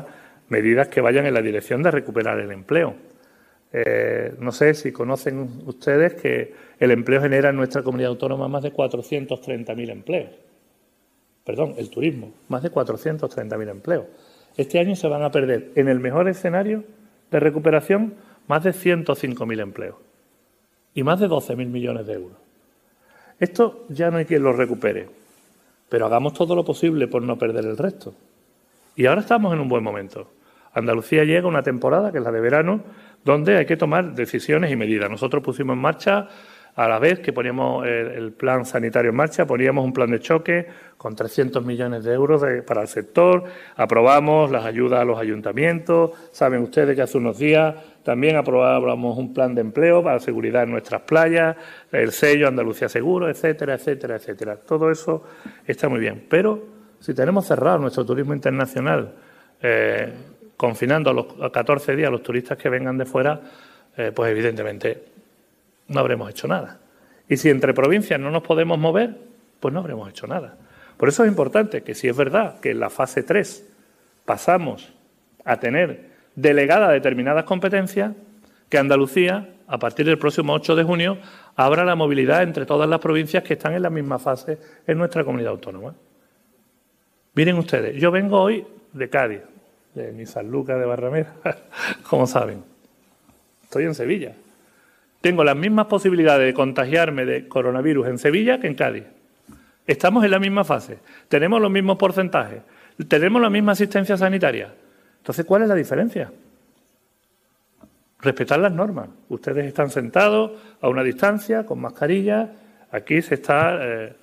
medidas que vayan en la dirección de recuperar el empleo. No sé si conocen ustedes que el empleo genera en nuestra comunidad autónoma más de 430.000 empleos. Perdón, el turismo, más de 430.000 empleos. Este año se van a perder, en el mejor escenario de recuperación, más de 105.000 empleos y más de 12.000 millones de euros. Esto ya no hay quien lo recupere, pero hagamos todo lo posible por no perder el resto. Y ahora estamos en un buen momento. Andalucía llega una temporada, que es la de verano, donde hay que tomar decisiones y medidas. Nosotros pusimos en marcha, a la vez que poníamos el plan sanitario en marcha, poníamos un plan de choque con 300 millones de euros para el sector, aprobamos las ayudas a los ayuntamientos, saben ustedes que hace unos días también aprobábamos un plan de empleo para seguridad en nuestras playas, el sello Andalucía Seguro, etcétera, etcétera, etcétera. Todo eso está muy bien, pero si tenemos cerrado nuestro turismo internacional, confinando a 14 días a los turistas que vengan de fuera, pues evidentemente no habremos hecho nada. Y si entre provincias no nos podemos mover, pues no habremos hecho nada. Por eso es importante que, si es verdad que en la fase 3 pasamos a tener delegadas determinadas competencias, que Andalucía, a partir del próximo 8 de junio, abra la movilidad entre todas las provincias que están en la misma fase en nuestra comunidad autónoma. Miren ustedes, yo vengo hoy de Cádiz, de mi Sanlúcar de Barrameda, como saben. Estoy en Sevilla. Tengo las mismas posibilidades de contagiarme de coronavirus en Sevilla que en Cádiz. Estamos en la misma fase, tenemos los mismos porcentajes, tenemos la misma asistencia sanitaria. Entonces, ¿cuál es la diferencia? Respetar las normas. Ustedes están sentados a una distancia, con mascarilla. Aquí se está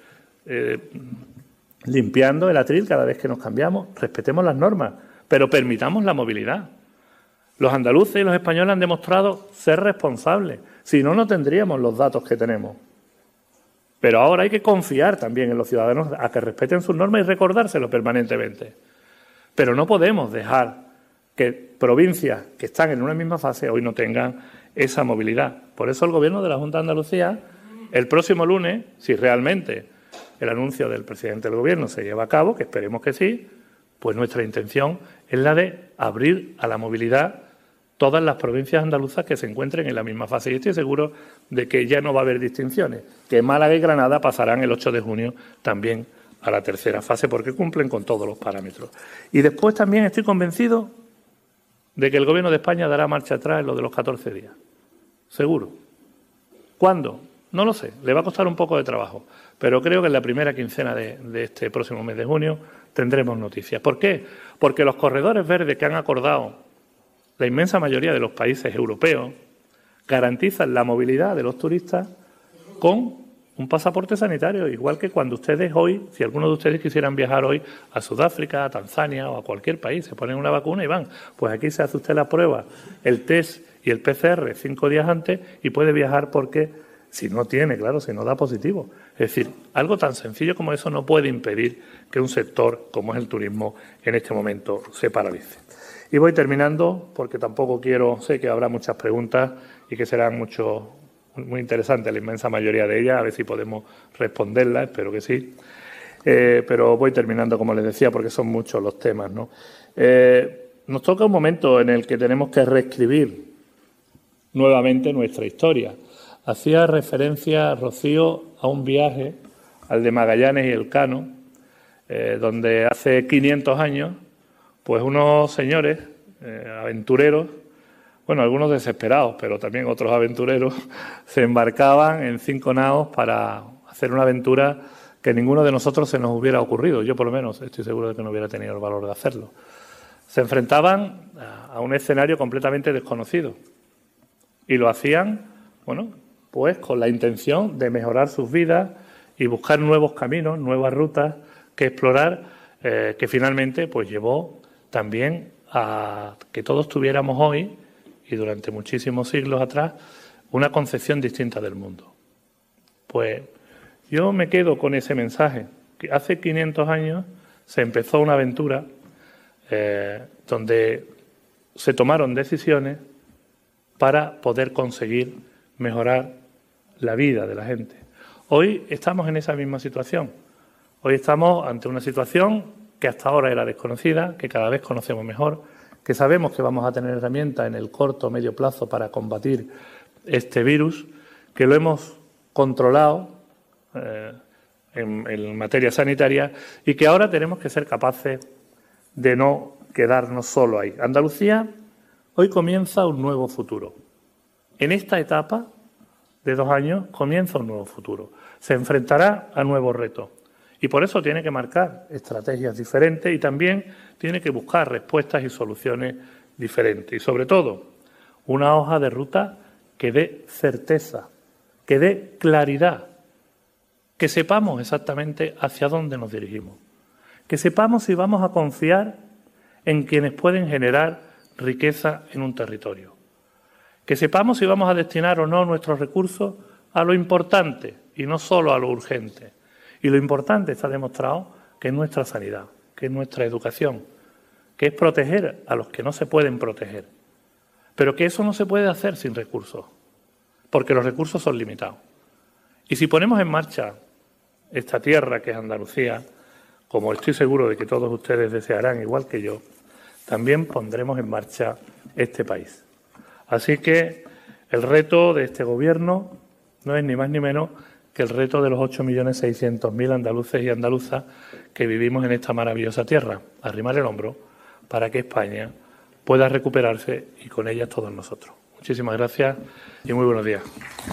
limpiando el atril cada vez que nos cambiamos. Respetemos las normas, pero permitamos la movilidad. Los andaluces y los españoles han demostrado ser responsables. Si no, no tendríamos los datos que tenemos. Pero ahora hay que confiar también en los ciudadanos a que respeten sus normas y recordárselo permanentemente. Pero no podemos dejar que provincias que están en una misma fase hoy no tengan esa movilidad. Por eso el Gobierno de la Junta de Andalucía, el próximo lunes, si realmente el anuncio del presidente del Gobierno se lleva a cabo, que esperemos que sí, pues nuestra intención es la de abrir a la movilidad todas las provincias andaluzas que se encuentren en la misma fase. Y estoy seguro de que ya no va a haber distinciones, que Málaga y Granada pasarán el 8 de junio también a la tercera fase porque cumplen con todos los parámetros. Y después también estoy convencido de que el Gobierno de España dará marcha atrás en lo de los 14 días. Seguro. ¿Cuándo? No lo sé. Le va a costar un poco de trabajo. Pero creo que en la primera quincena de este próximo mes de junio tendremos noticias. ¿Por qué? Porque los corredores verdes que han acordado la inmensa mayoría de los países europeos garantizan la movilidad de los turistas con un pasaporte sanitario, igual que cuando ustedes hoy, si alguno de ustedes quisieran viajar hoy a Sudáfrica, a Tanzania o a cualquier país, se ponen una vacuna y van. Pues aquí se hace usted la prueba, el test y el PCR 5 días antes y puede viajar porque, si no tiene, claro, si no da positivo. Es decir, algo tan sencillo como eso no puede impedir que un sector como es el turismo en este momento se paralice. Y voy terminando porque tampoco sé que habrá muchas preguntas y que serán muy interesantes la inmensa mayoría de ellas, a ver si podemos responderlas, espero que sí. Pero voy terminando, como les decía, porque son muchos los temas, ¿no? Nos toca un momento en el que tenemos que reescribir nuevamente nuestra historia. Hacía referencia, Rocío, a un viaje, al de Magallanes y Elcano, donde hace 500 años, pues unos señores aventureros, bueno, algunos desesperados, pero también otros aventureros, se embarcaban en 5 naos para hacer una aventura que ninguno de nosotros se nos hubiera ocurrido. Yo, por lo menos, estoy seguro de que no hubiera tenido el valor de hacerlo. Se enfrentaban a un escenario completamente desconocido y lo hacían, bueno, pues con la intención de mejorar sus vidas y buscar nuevos caminos, nuevas rutas que explorar, que finalmente pues llevó también a que todos tuviéramos hoy, y durante muchísimos siglos atrás, una concepción distinta del mundo. Pues yo me quedo con ese mensaje, que hace 500 años se empezó una aventura donde se tomaron decisiones para poder conseguir mejorar la vida de la gente. Hoy estamos en esa misma situación. Hoy estamos ante una situación que hasta ahora era desconocida, que cada vez conocemos mejor, que sabemos que vamos a tener herramientas en el corto o medio plazo para combatir este virus, que lo hemos controlado en materia sanitaria y que ahora tenemos que ser capaces de no quedarnos solo ahí. Andalucía hoy comienza un nuevo futuro. En esta etapa de 2 años comienza un nuevo futuro. Se enfrentará a nuevos retos y por eso tiene que marcar estrategias diferentes y también tiene que buscar respuestas y soluciones diferentes. Y sobre todo, una hoja de ruta que dé certeza, que dé claridad, que sepamos exactamente hacia dónde nos dirigimos, que sepamos si vamos a confiar en quienes pueden generar riqueza en un territorio, que sepamos si vamos a destinar o no nuestros recursos a lo importante y no solo a lo urgente. Y lo importante está demostrado que es nuestra sanidad, que es nuestra educación, que es proteger a los que no se pueden proteger, pero que eso no se puede hacer sin recursos, porque los recursos son limitados. Y si ponemos en marcha esta tierra que es Andalucía, como estoy seguro de que todos ustedes desearán, igual que yo, también pondremos en marcha este país. Así que el reto de este Gobierno no es ni más ni menos que el reto de los 8.600.000 andaluces y andaluzas que vivimos en esta maravillosa tierra, arrimar el hombro para que España pueda recuperarse y con ella todos nosotros. Muchísimas gracias y muy buenos días.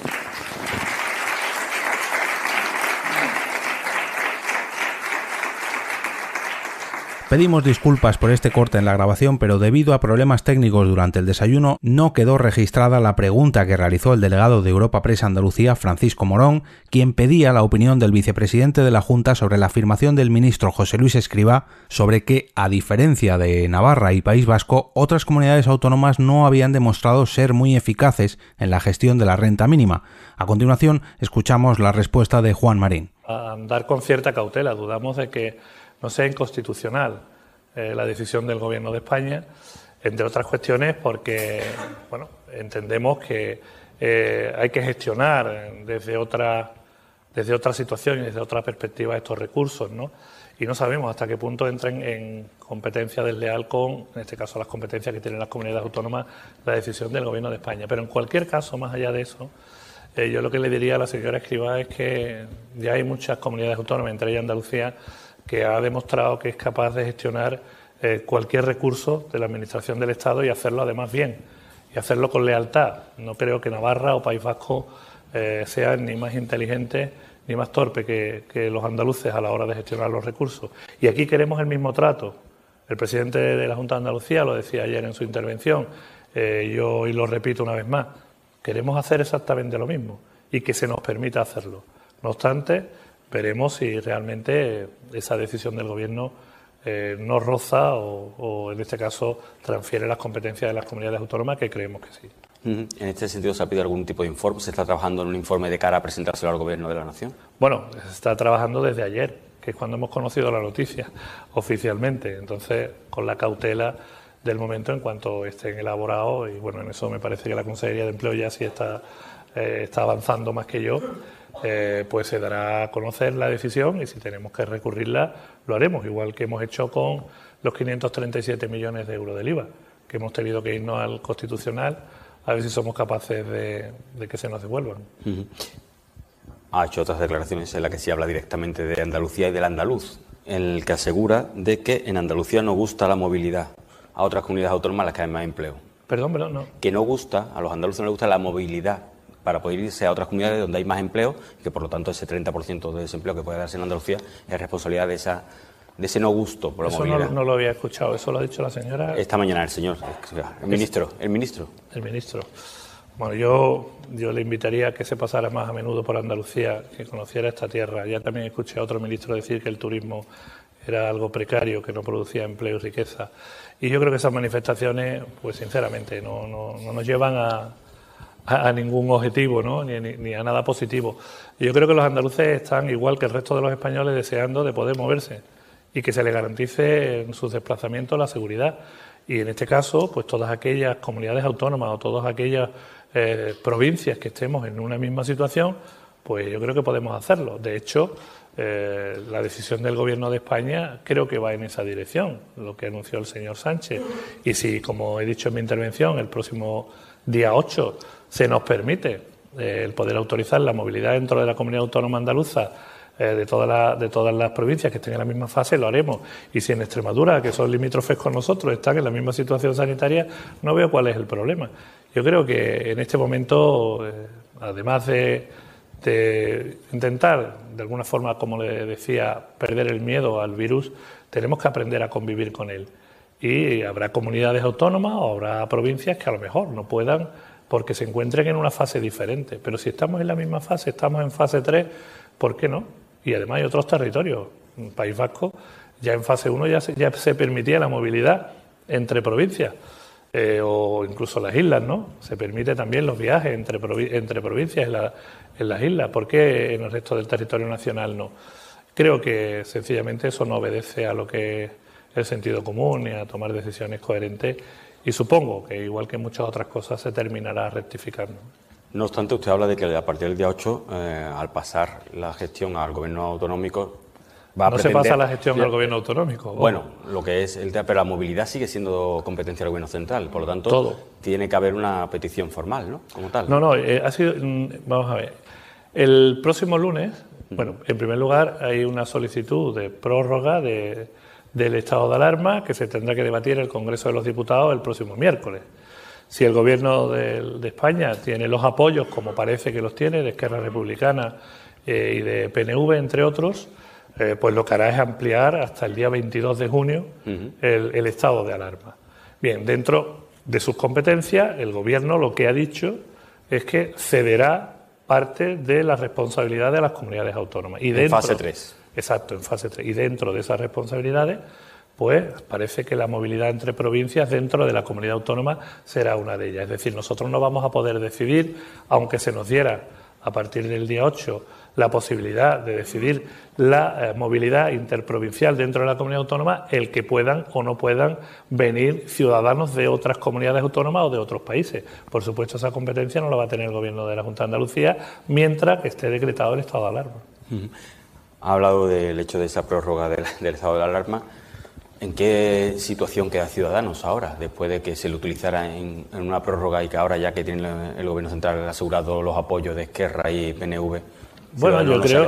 Pedimos disculpas por este corte en la grabación, pero debido a problemas técnicos durante el desayuno no quedó registrada la pregunta que realizó el delegado de Europa Press Andalucía, Francisco Morón, quien pedía la opinión del vicepresidente de la Junta sobre la afirmación del ministro José Luis Escrivá sobre que, a diferencia de Navarra y País Vasco, otras comunidades autónomas no habían demostrado ser muy eficaces en la gestión de la renta mínima. A continuación, escuchamos la respuesta de Juan Marín. A andar con cierta cautela, dudamos de que no sea inconstitucional la decisión del Gobierno de España, entre otras cuestiones porque entendemos que hay que gestionar desde otra situación y desde otra perspectiva estos recursos, ¿no? Y no sabemos hasta qué punto entran en competencia desleal con, en este caso, las competencias que tienen las comunidades autónomas, la decisión del Gobierno de España. Pero en cualquier caso, más allá de eso, yo lo que le diría a la señora Escrivá es que ya hay muchas comunidades autónomas, entre ellas Andalucía, que ha demostrado que es capaz de gestionar cualquier recurso de la Administración del Estado y hacerlo además bien, y hacerlo con lealtad. No creo que Navarra o País Vasco sean ni más inteligentes ni más torpes que los andaluces a la hora de gestionar los recursos. Y aquí queremos el mismo trato. El presidente de la Junta de Andalucía lo decía ayer en su intervención, yo hoy lo repito una vez más, queremos hacer exactamente lo mismo y que se nos permita hacerlo. No obstante, veremos si realmente esa decisión del Gobierno no roza o, en este caso, transfiere las competencias de las comunidades autónomas, que creemos que sí. En este sentido, ¿se ha pedido algún tipo de informe? ¿Se está trabajando en un informe de cara a presentárselo al Gobierno de la Nación? Bueno, se está trabajando desde ayer, que es cuando hemos conocido la noticia oficialmente. Entonces, con la cautela del momento en cuanto estén elaborados, y bueno, en eso me parece que la Consejería de Empleo ya sí está avanzando más que yo, pues se dará a conocer la decisión y si tenemos que recurrirla lo haremos, igual que hemos hecho con los 537 millones de euros del IVA, que hemos tenido que irnos al Constitucional a ver si somos capaces de que se nos devuelvan. Ha hecho otras declaraciones en las que sí habla directamente de Andalucía y del andaluz, en el que asegura de que en Andalucía no gusta la movilidad, a otras comunidades autónomas las que hay más empleo. Perdón, no. Que no gusta, a los andaluces no les gusta la movilidad para poder irse a otras comunidades donde hay más empleo y que por lo tanto ese 30% de desempleo que puede darse en Andalucía es responsabilidad de ese no gusto por la movilidad. Eso no lo había escuchado, eso lo ha dicho la señora. Esta mañana el señor, el ministro. El ministro. Bueno, yo le invitaría a que se pasara más a menudo por Andalucía, que conociera esta tierra. Ya también escuché a otro ministro decir que el turismo era algo precario, que no producía empleo y riqueza. Y yo creo que esas manifestaciones, pues sinceramente, no nos llevan a ningún objetivo, ¿no? ni a nada positivo. Yo creo que los andaluces están, igual que el resto de los españoles, deseando de poder moverse y que se les garantice en sus desplazamientos la seguridad. Y en este caso, pues todas aquellas comunidades autónomas o todas aquellas provincias que estemos en una misma situación, pues yo creo que podemos hacerlo. De hecho, La decisión del Gobierno de España creo que va en esa dirección, lo que anunció el señor Sánchez. Y si, como he dicho en mi intervención, el próximo día 8 se nos permite el poder autorizar la movilidad dentro de la comunidad autónoma andaluza de todas las provincias que estén en la misma fase, lo haremos. Y si en Extremadura, que son limítrofes con nosotros, están en la misma situación sanitaria, no veo cuál es el problema. Yo creo que en este momento, además de intentar, de alguna forma, como le decía, perder el miedo al virus, tenemos que aprender a convivir con él. Y habrá comunidades autónomas o habrá provincias que a lo mejor no puedan porque se encuentren en una fase diferente. Pero si estamos en la misma fase, estamos en fase 3, ¿por qué no? Y además hay otros territorios. En País Vasco, ya en fase 1 ya se permitía la movilidad entre provincias. O incluso las islas, ¿no? Se permite también los viajes entre provincias en las islas. ¿Por qué en el resto del territorio nacional no? Creo que sencillamente eso no obedece a lo que es el sentido común y a tomar decisiones coherentes, y supongo que igual que muchas otras cosas se terminará rectificando. No obstante, usted habla de que a partir del día 8, al pasar la gestión al gobierno autonómico, va a pretender... No se pasa la gestión al gobierno autonómico. Bueno, lo que es el tema, pero la movilidad sigue siendo competencia del gobierno central, por lo tanto, todo. Tiene que haber una petición formal, ¿no? Como tal. No, ha sido... Vamos a ver. El próximo lunes, bueno, en primer lugar, hay una solicitud de prórroga del estado de alarma que se tendrá que debatir en el Congreso de los Diputados el próximo miércoles. Si el Gobierno de España tiene los apoyos, como parece que los tiene, de Esquerra Republicana y de PNV, entre otros, pues lo que hará es ampliar hasta el día 22 de junio el estado de alarma. Bien, dentro de sus competencias, el Gobierno lo que ha dicho es que cederá parte de la responsabilidad de las comunidades autónomas. Y dentro, en fase 3. Exacto, en fase 3. Y dentro de esas responsabilidades, pues parece que la movilidad entre provincias dentro de la comunidad autónoma será una de ellas. Es decir, nosotros no vamos a poder decidir, aunque se nos diera a partir del día 8 la posibilidad de decidir la movilidad interprovincial dentro de la comunidad autónoma, el que puedan o no puedan venir ciudadanos de otras comunidades autónomas o de otros países. Por supuesto, esa competencia no la va a tener el Gobierno de la Junta de Andalucía mientras esté decretado el estado de alarma. Ha hablado del hecho de esa prórroga del estado de alarma. ¿En qué situación queda Ciudadanos ahora, después de que se le utilizara en una prórroga y que ahora, ya que tiene el Gobierno central asegurado los apoyos de Esquerra y PNV, bueno,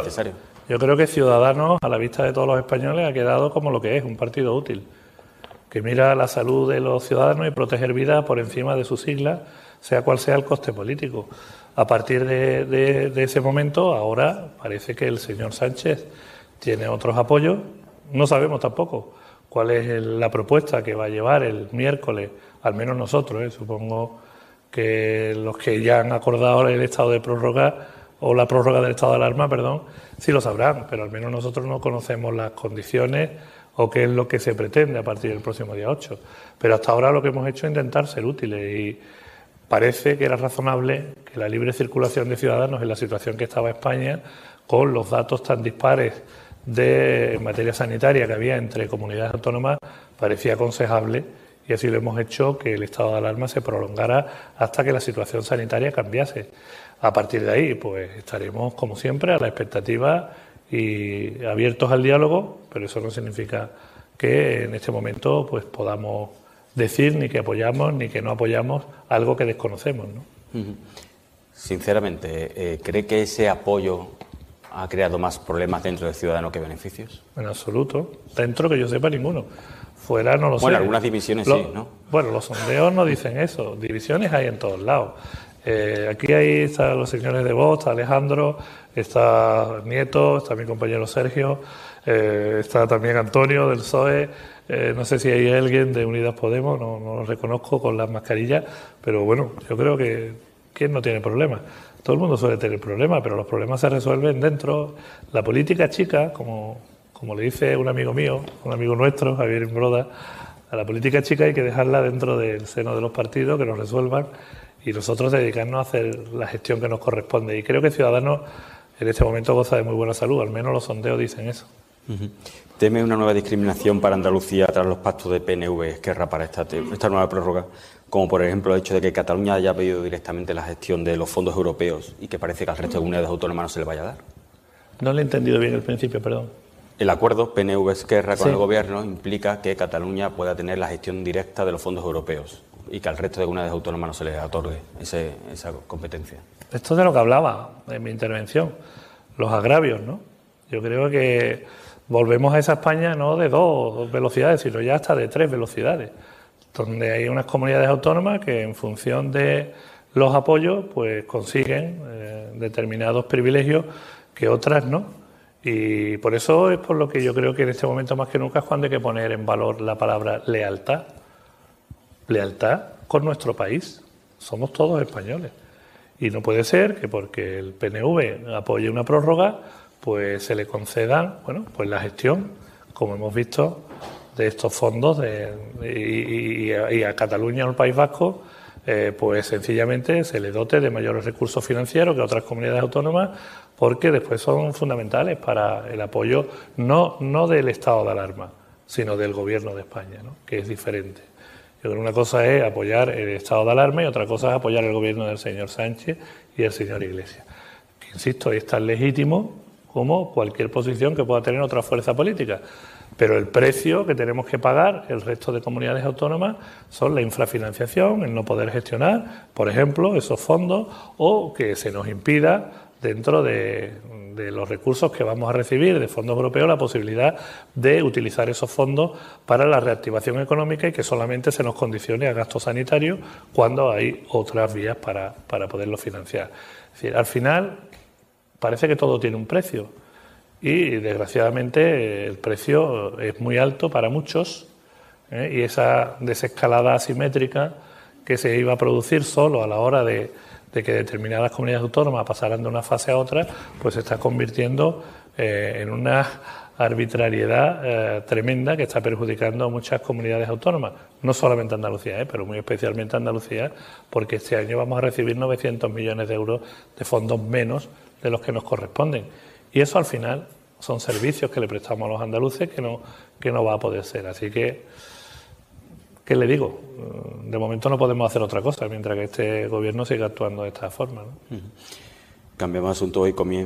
yo creo que Ciudadanos, a la vista de todos los españoles, ha quedado como lo que es, un partido útil, que mira la salud de los ciudadanos y proteger vidas por encima de sus siglas, sea cual sea el coste político. A partir de ese momento, ahora parece que el señor Sánchez tiene otros apoyos. No sabemos tampoco cuál es la propuesta que va a llevar el miércoles, al menos nosotros, supongo que los que ya han acordado el estado de prórroga o la prórroga del estado de alarma, sí lo sabrán, pero al menos nosotros no conocemos las condiciones o qué es lo que se pretende a partir del próximo día 8. Pero hasta ahora lo que hemos hecho es intentar ser útiles y parece que era razonable que la libre circulación de ciudadanos en la situación que estaba España, con los datos tan dispares en materia sanitaria que había entre comunidades autónomas, parecía aconsejable, y así lo hemos hecho, que el estado de alarma se prolongara hasta que la situación sanitaria cambiase. A partir de ahí, pues estaremos, como siempre, a la expectativa y abiertos al diálogo, pero eso no significa que en este momento pues podamos decir ni que apoyamos ni que no apoyamos algo que desconocemos, ¿no? Sinceramente, ¿cree que ese apoyo ha creado más problemas dentro del ciudadano que beneficios? En absoluto. Dentro, que yo sepa, ninguno. Fuera no lo sé. Bueno, algunas divisiones sí, ¿no? Bueno, los sondeos no dicen eso. Divisiones hay en todos lados. Aquí están los señores de Vox, está Alejandro, está Nieto, está mi compañero Sergio, está también Antonio del PSOE, no sé si hay alguien de Unidas Podemos, no lo reconozco con las mascarillas, pero bueno, yo creo que ¿quién no tiene problemas? Todo el mundo suele tener problemas, pero los problemas se resuelven dentro. La política chica, como le dice un amigo mío, un amigo nuestro, Javier Imbroda, a la política chica hay que dejarla dentro del seno de los partidos, que nos resuelvan, y nosotros dedicarnos a hacer la gestión que nos corresponde. Y creo que Ciudadanos en este momento goza de muy buena salud, al menos los sondeos dicen eso. ¿Teme una nueva discriminación para Andalucía tras los pactos de PNV-Esquerra para esta nueva prórroga? Como por ejemplo el hecho de que Cataluña haya pedido directamente la gestión de los fondos europeos y que parece que al resto de comunidades autónomas no se le vaya a dar. No le he entendido bien el principio, perdón. El acuerdo PNV-Esquerra con Sí. el Gobierno implica que Cataluña pueda tener la gestión directa de los fondos europeos y que al resto de comunidades autónomas no se les otorgue esa competencia. Esto es de lo que hablaba en mi intervención, los agravios, ¿no? Yo creo que volvemos a esa España no de 2 velocidades, sino ya hasta de 3 velocidades, donde hay unas comunidades autónomas que en función de los apoyos pues consiguen determinados privilegios que otras no. Y por eso es por lo que yo creo que en este momento más que nunca es cuando hay que poner en valor la palabra lealtad. Lealtad con nuestro país. Somos todos españoles. Y no puede ser que porque el PNV apoye una prórroga, pues se le concedan, bueno, pues la gestión, como hemos visto, de estos fondos y a Cataluña o al País Vasco, pues sencillamente se le dote de mayores recursos financieros que a otras comunidades autónomas, porque después son fundamentales para el apoyo no del estado de alarma, sino del Gobierno de España, ¿no? Que es diferente. Yo creo que una cosa es apoyar el estado de alarma y otra cosa es apoyar el gobierno del señor Sánchez y el señor Iglesias. Que, insisto, es tan legítimo como cualquier posición que pueda tener otra fuerza política. Pero el precio que tenemos que pagar el resto de comunidades autónomas son la infrafinanciación, el no poder gestionar, por ejemplo, esos fondos, o que se nos impida, dentro de los recursos que vamos a recibir de fondos europeos, la posibilidad de utilizar esos fondos para la reactivación económica y que solamente se nos condicione a gastos sanitarios cuando hay otras vías para poderlo financiar. Es decir, al final parece que todo tiene un precio. Y, desgraciadamente, el precio es muy alto para muchos, y esa desescalada asimétrica que se iba a producir solo a la hora de que determinadas comunidades autónomas pasaran de una fase a otra, pues se está convirtiendo en una arbitrariedad tremenda que está perjudicando a muchas comunidades autónomas, no solamente Andalucía, pero muy especialmente Andalucía, porque este año vamos a recibir 900 millones de euros de fondos menos de los que nos corresponden. Y eso al final son servicios que le prestamos a los andaluces que no va a poder ser. Así que, ¿qué le digo? De momento no podemos hacer otra cosa mientras que este gobierno siga actuando de esta forma, ¿no? Cambiamos de asunto.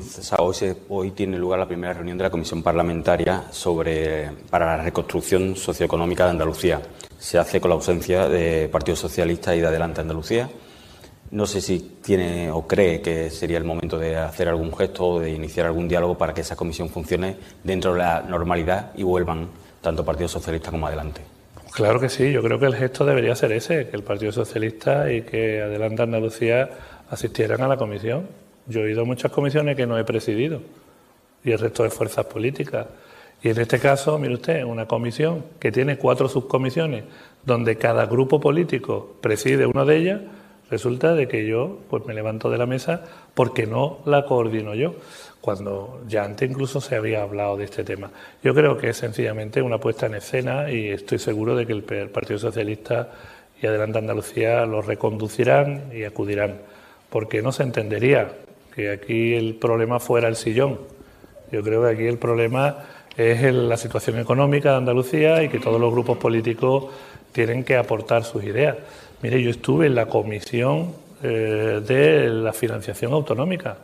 Hoy tiene lugar la primera reunión de la Comisión Parlamentaria para la reconstrucción socioeconómica de Andalucía. Se hace con la ausencia de Partido Socialista y de Adelante Andalucía. No sé si tiene o cree que sería el momento de hacer algún gesto o de iniciar algún diálogo para que esa comisión funcione dentro de la normalidad y vuelvan tanto Partido Socialista como Adelante. Claro que sí, yo creo que el gesto debería ser ese, que el Partido Socialista y que Adelante Andalucía asistieran a la comisión. Yo he ido a muchas comisiones que no he presidido y el resto de fuerzas políticas. Y en este caso, mire usted, una comisión que tiene 4 subcomisiones donde cada grupo político preside una de ellas. Resulta de que yo pues me levanto de la mesa porque no la coordino yo, cuando ya antes incluso se había hablado de este tema. Yo creo que es sencillamente una puesta en escena y estoy seguro de que el Partido Socialista y Adelante Andalucía lo reconducirán y acudirán, porque no se entendería que aquí el problema fuera el sillón. Yo creo que aquí el problema es la situación económica de Andalucía y que todos los grupos políticos tienen que aportar sus ideas. Mire, yo estuve en la comisión de la financiación autonómica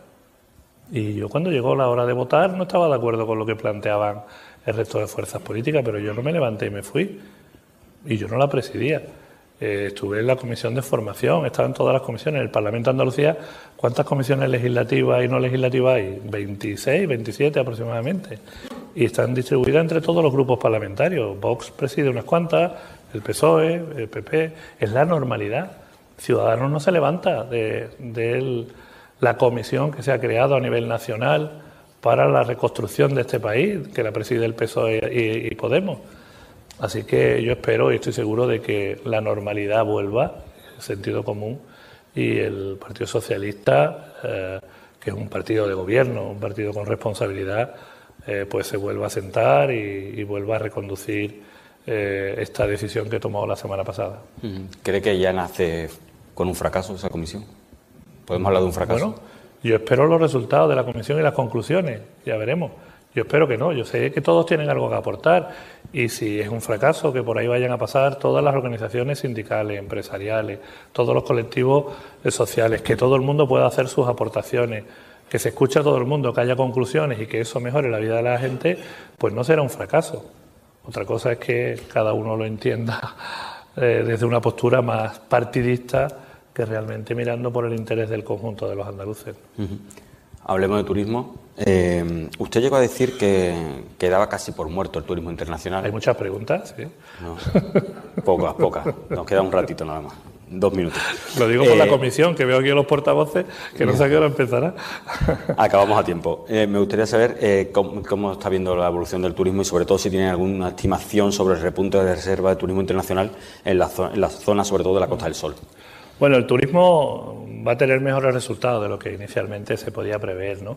y yo cuando llegó la hora de votar no estaba de acuerdo con lo que planteaban el resto de fuerzas políticas, pero yo no me levanté y me fui y yo no la presidía. Estuve en la comisión de formación, estaba en todas las comisiones. En el Parlamento de Andalucía, ¿cuántas comisiones legislativas y no legislativas hay? 26, 27 aproximadamente. Y están distribuidas entre todos los grupos parlamentarios. Vox preside unas cuantas, el PSOE, el PP. Es la normalidad. Ciudadanos no se levanta de la comisión que se ha creado a nivel nacional para la reconstrucción de este país, que la preside el PSOE y Podemos. Así que yo espero y estoy seguro de que la normalidad vuelva, el sentido común, y el Partido Socialista, que es un partido de gobierno, un partido con responsabilidad, pues se vuelva a sentar y vuelva a reconducir esta decisión que tomó la semana pasada. ¿Cree que ya nace con un fracaso esa comisión? ¿Podemos hablar de un fracaso? Bueno, yo espero los resultados de la comisión y las conclusiones, ya veremos. Yo espero que no, yo sé que todos tienen algo que aportar y si es un fracaso que por ahí vayan a pasar todas las organizaciones sindicales, empresariales, todos los colectivos sociales, que todo el mundo pueda hacer sus aportaciones, que se escuche a todo el mundo, que haya conclusiones y que eso mejore la vida de la gente, pues no será un fracaso. Otra cosa es que cada uno lo entienda desde una postura más partidista que realmente mirando por el interés del conjunto de los andaluces. Hablemos de turismo. Usted llegó a decir que daba casi por muerto el turismo internacional. Hay muchas preguntas, sí. No, pocas. Nos queda un ratito nada más. 2 minutos. Lo digo por la comisión, que veo aquí a los portavoces, que no sé a qué hora empezará. Acabamos a tiempo. Me gustaría saber cómo está viendo la evolución del turismo y sobre todo si tienen alguna estimación sobre el repunte de reserva de turismo internacional en la zona sobre todo de la Costa del Sol. Bueno, el turismo va a tener mejores resultados de lo que inicialmente se podía prever, ¿no?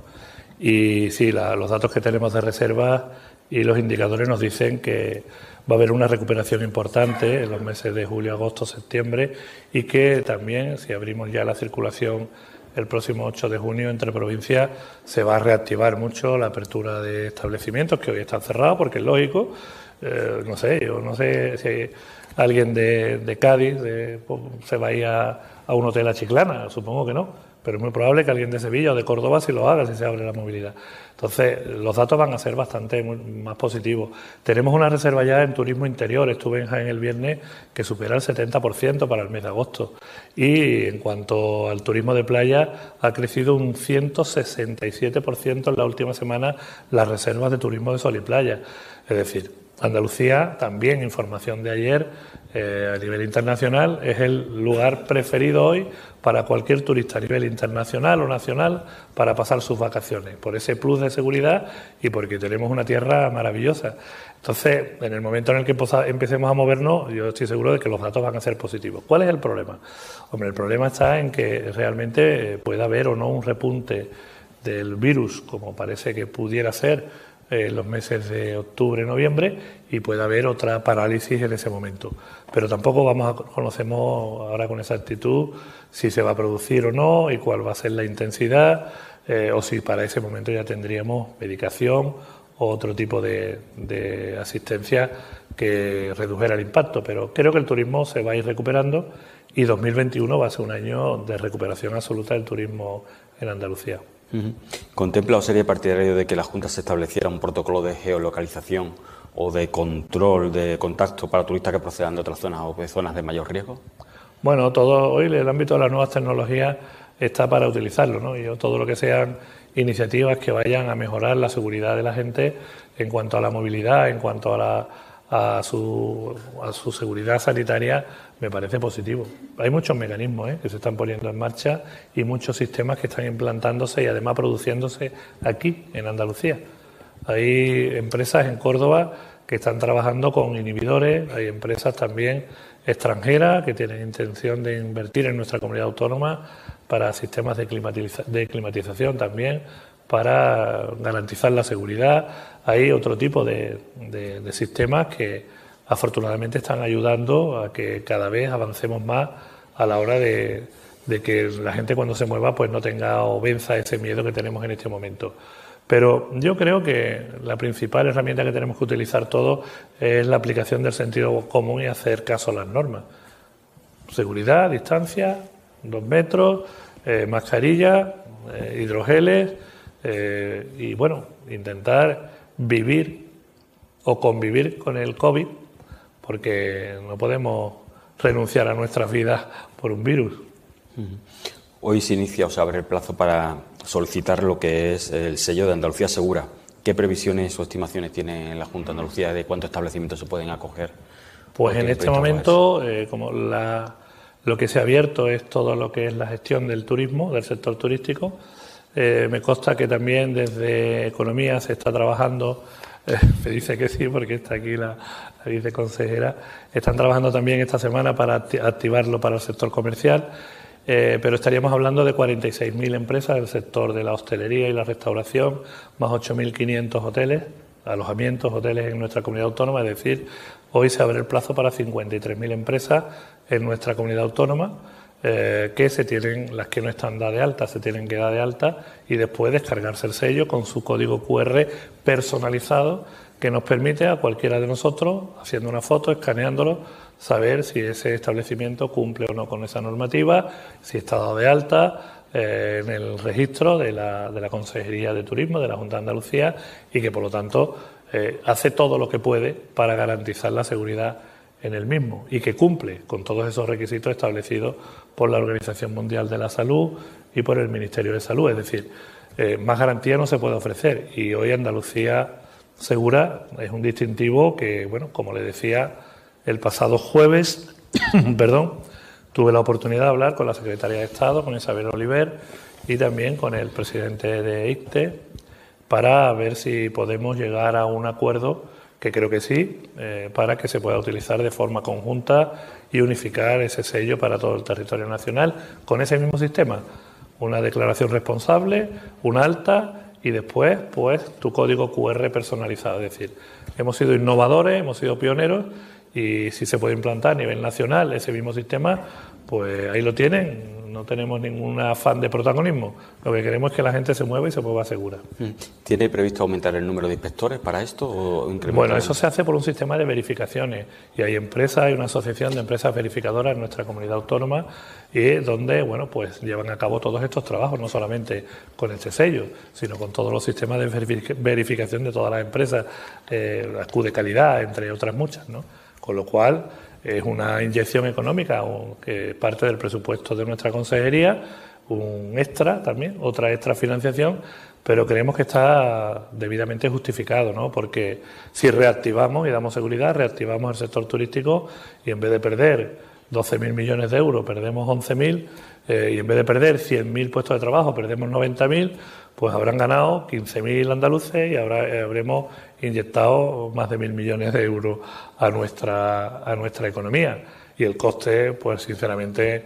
Y sí, los datos que tenemos de reservas y los indicadores nos dicen que va a haber una recuperación importante en los meses de julio, agosto, septiembre y que también, si abrimos ya la circulación el próximo 8 de junio entre provincias, se va a reactivar mucho la apertura de establecimientos que hoy están cerrados, porque es lógico. Yo no sé si alguien de Cádiz se va a ir a un hotel a Chiclana, supongo que no, pero es muy probable que alguien de Sevilla o de Córdoba sí lo haga si se abre la movilidad. Entonces, los datos van a ser bastante más positivos. Tenemos una reserva ya en turismo interior, estuve en Jaén el viernes, que supera el 70% para el mes de agosto. Y en cuanto al turismo de playa, ha crecido un 167% en la última semana las reservas de turismo de sol y playa. Es decir, Andalucía, también información de ayer, a nivel internacional, es el lugar preferido hoy para cualquier turista a nivel internacional o nacional para pasar sus vacaciones, por ese plus de seguridad y porque tenemos una tierra maravillosa. Entonces, en el momento en el que empecemos a movernos, yo estoy seguro de que los datos van a ser positivos. ¿Cuál es el problema? Hombre, el problema está en que realmente pueda haber o no un repunte del virus, como parece que pudiera ser los meses de octubre, noviembre, y puede haber otra parálisis en ese momento. Pero tampoco conocemos ahora con exactitud si se va a producir o no y cuál va a ser la intensidad, o si para ese momento ya tendríamos medicación o otro tipo de asistencia que redujera el impacto. Pero creo que el turismo se va a ir recuperando y 2021 va a ser un año de recuperación absoluta del turismo en Andalucía. ¿Contempla o sería partidario de que la Junta se estableciera un protocolo de geolocalización o de control de contacto para turistas que procedan de otras zonas o de zonas de mayor riesgo? Bueno, hoy el ámbito de las nuevas tecnologías está para utilizarlo, ¿no? Y todo lo que sean iniciativas que vayan a mejorar la seguridad de la gente en cuanto a la movilidad, en cuanto a su seguridad sanitaria, me parece positivo. Hay muchos mecanismos que se están poniendo en marcha y muchos sistemas que están implantándose y además produciéndose aquí, en Andalucía. Hay empresas en Córdoba que están trabajando con inhibidores, hay empresas también extranjeras que tienen intención de invertir en nuestra comunidad autónoma para sistemas de climatización también, para garantizar la seguridad. Hay otro tipo de sistemas que afortunadamente están ayudando a que cada vez avancemos más a la hora de que la gente cuando se mueva pues no tenga o venza ese miedo que tenemos en este momento. Pero yo creo que la principal herramienta que tenemos que utilizar todos es la aplicación del sentido común y hacer caso a las normas. Seguridad, distancia, 2 metros, mascarilla, hidrogeles y bueno, intentar vivir o convivir con el COVID, porque no podemos renunciar a nuestras vidas por un virus. Hoy se inicia o se abre el plazo para solicitar lo que es el sello de Andalucía Segura. ¿Qué previsiones o estimaciones tiene la Junta de Andalucía de cuántos establecimientos se pueden acoger? Pues en este momento, como lo que se ha abierto es todo lo que es la gestión del turismo, del sector turístico, me consta que también desde Economía se está trabajando, me dice que sí porque está aquí la viceconsejera, están trabajando también esta semana para activarlo para el sector comercial, pero estaríamos hablando de 46.000 empresas del sector de la hostelería y la restauración, más 8.500 hoteles, alojamientos, hoteles en nuestra comunidad autónoma, es decir, hoy se abre el plazo para 53.000 empresas en nuestra comunidad autónoma, las que no están dadas de alta, se tienen que dar de alta y después descargarse el sello con su código QR personalizado que nos permite a cualquiera de nosotros, haciendo una foto, escaneándolo, saber si ese establecimiento cumple o no con esa normativa, si está dado de alta, en el registro de la Consejería de Turismo de la Junta de Andalucía y que, por lo tanto, hace todo lo que puede para garantizar la seguridad en el mismo y que cumple con todos esos requisitos establecidos por la Organización Mundial de la Salud y por el Ministerio de Salud. Es decir, más garantía no se puede ofrecer y hoy Andalucía Segura es un distintivo que, bueno, como le decía, el pasado jueves, tuve la oportunidad de hablar con la Secretaria de Estado, con Isabel Oliver y también con el presidente de ICTE para ver si podemos llegar a un acuerdo, que creo que sí, para que se pueda utilizar de forma conjunta y unificar ese sello para todo el territorio nacional con ese mismo sistema. Una declaración responsable, una alta y después, pues, tu código QR personalizado. Es decir, hemos sido innovadores, hemos sido pioneros y si se puede implantar a nivel nacional ese mismo sistema, pues ahí lo tienen. No tenemos ningún afán de protagonismo. Lo que queremos es que la gente se mueva y se mueva segura. ¿Tiene previsto aumentar el número de inspectores para esto o incrementar? Bueno, eso se hace por un sistema de verificaciones y hay empresas, hay una asociación de empresas verificadoras en nuestra comunidad autónoma y donde, bueno, pues llevan a cabo todos estos trabajos, no solamente con este sello, sino con todos los sistemas de verificación de todas las empresas, la Q de calidad, entre otras muchas, ¿no? Con lo cual es una inyección económica que parte del presupuesto de nuestra consejería, un extra también, otra extra financiación, pero creemos que está debidamente justificado, ¿no? Porque si reactivamos y damos seguridad, reactivamos el sector turístico y en vez de perder 12.000 millones de euros, perdemos 11.000 y en vez de perder 100.000 puestos de trabajo, perdemos 90.000, pues habrán ganado 15.000 andaluces y habremos inyectado más de 1.000 millones de euros a nuestra economía. Y el coste, pues sinceramente,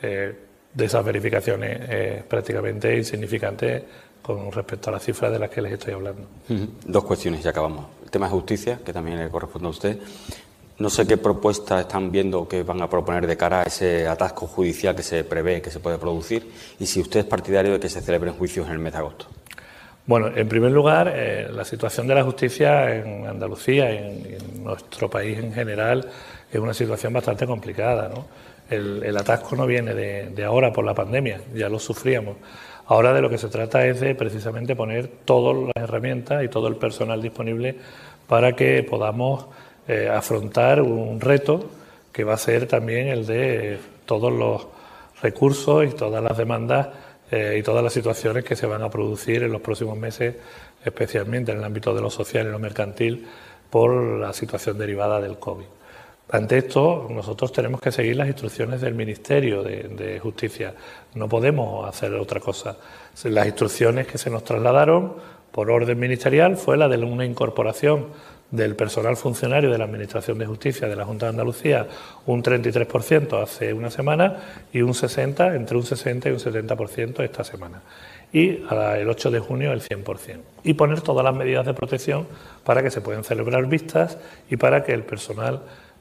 de esas verificaciones es prácticamente insignificante con respecto a las cifras de las que les estoy hablando. Dos cuestiones y acabamos. El tema de justicia, que también le corresponde a usted. No sé qué propuestas están viendo que van a proponer de cara a ese atasco judicial que se prevé que se puede producir y si usted es partidario de que se celebren juicios en el mes de agosto. Bueno, en primer lugar, la situación de la justicia en Andalucía y en nuestro país en general es una situación bastante complicada, ¿no? El atasco no viene de ahora por la pandemia, ya lo sufríamos. Ahora de lo que se trata es de precisamente poner todas las herramientas y todo el personal disponible para que podamos afrontar un reto que va a ser también el de todos los recursos y todas las demandas y todas las situaciones que se van a producir en los próximos meses, especialmente en el ámbito de lo social y lo mercantil, por la situación derivada del COVID. Ante esto, nosotros tenemos que seguir las instrucciones del Ministerio de Justicia. No podemos hacer otra cosa. Las instrucciones que se nos trasladaron por orden ministerial fue la de una incorporación del personal funcionario de la Administración de Justicia de la Junta de Andalucía un 33% hace una semana y entre un 60 y un 70% esta semana. Y el 8 de junio el 100%. Y poner todas las medidas de protección para que se puedan celebrar vistas y para que el personal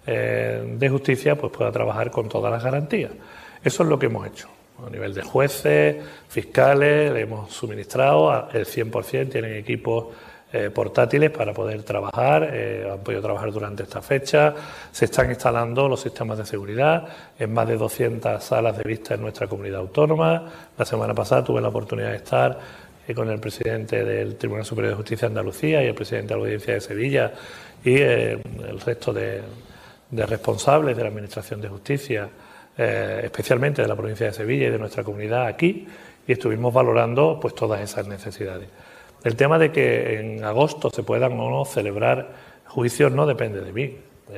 de justicia pues pueda trabajar con todas las garantías. Eso es lo que hemos hecho. A nivel de jueces, fiscales, le hemos suministrado el 100%, tienen equipos portátiles para poder trabajar, han podido trabajar durante esta fecha, se están instalando los sistemas de seguridad en más de 200 salas de vista en nuestra comunidad autónoma. La semana pasada tuve la oportunidad de estar con el presidente del Tribunal Superior de Justicia de Andalucía y el presidente de la Audiencia de Sevilla y el resto de responsables de la Administración de Justicia, especialmente de la provincia de Sevilla y de nuestra comunidad aquí, y estuvimos valorando pues todas esas necesidades. El tema de que en agosto se puedan o no celebrar juicios no depende de mí.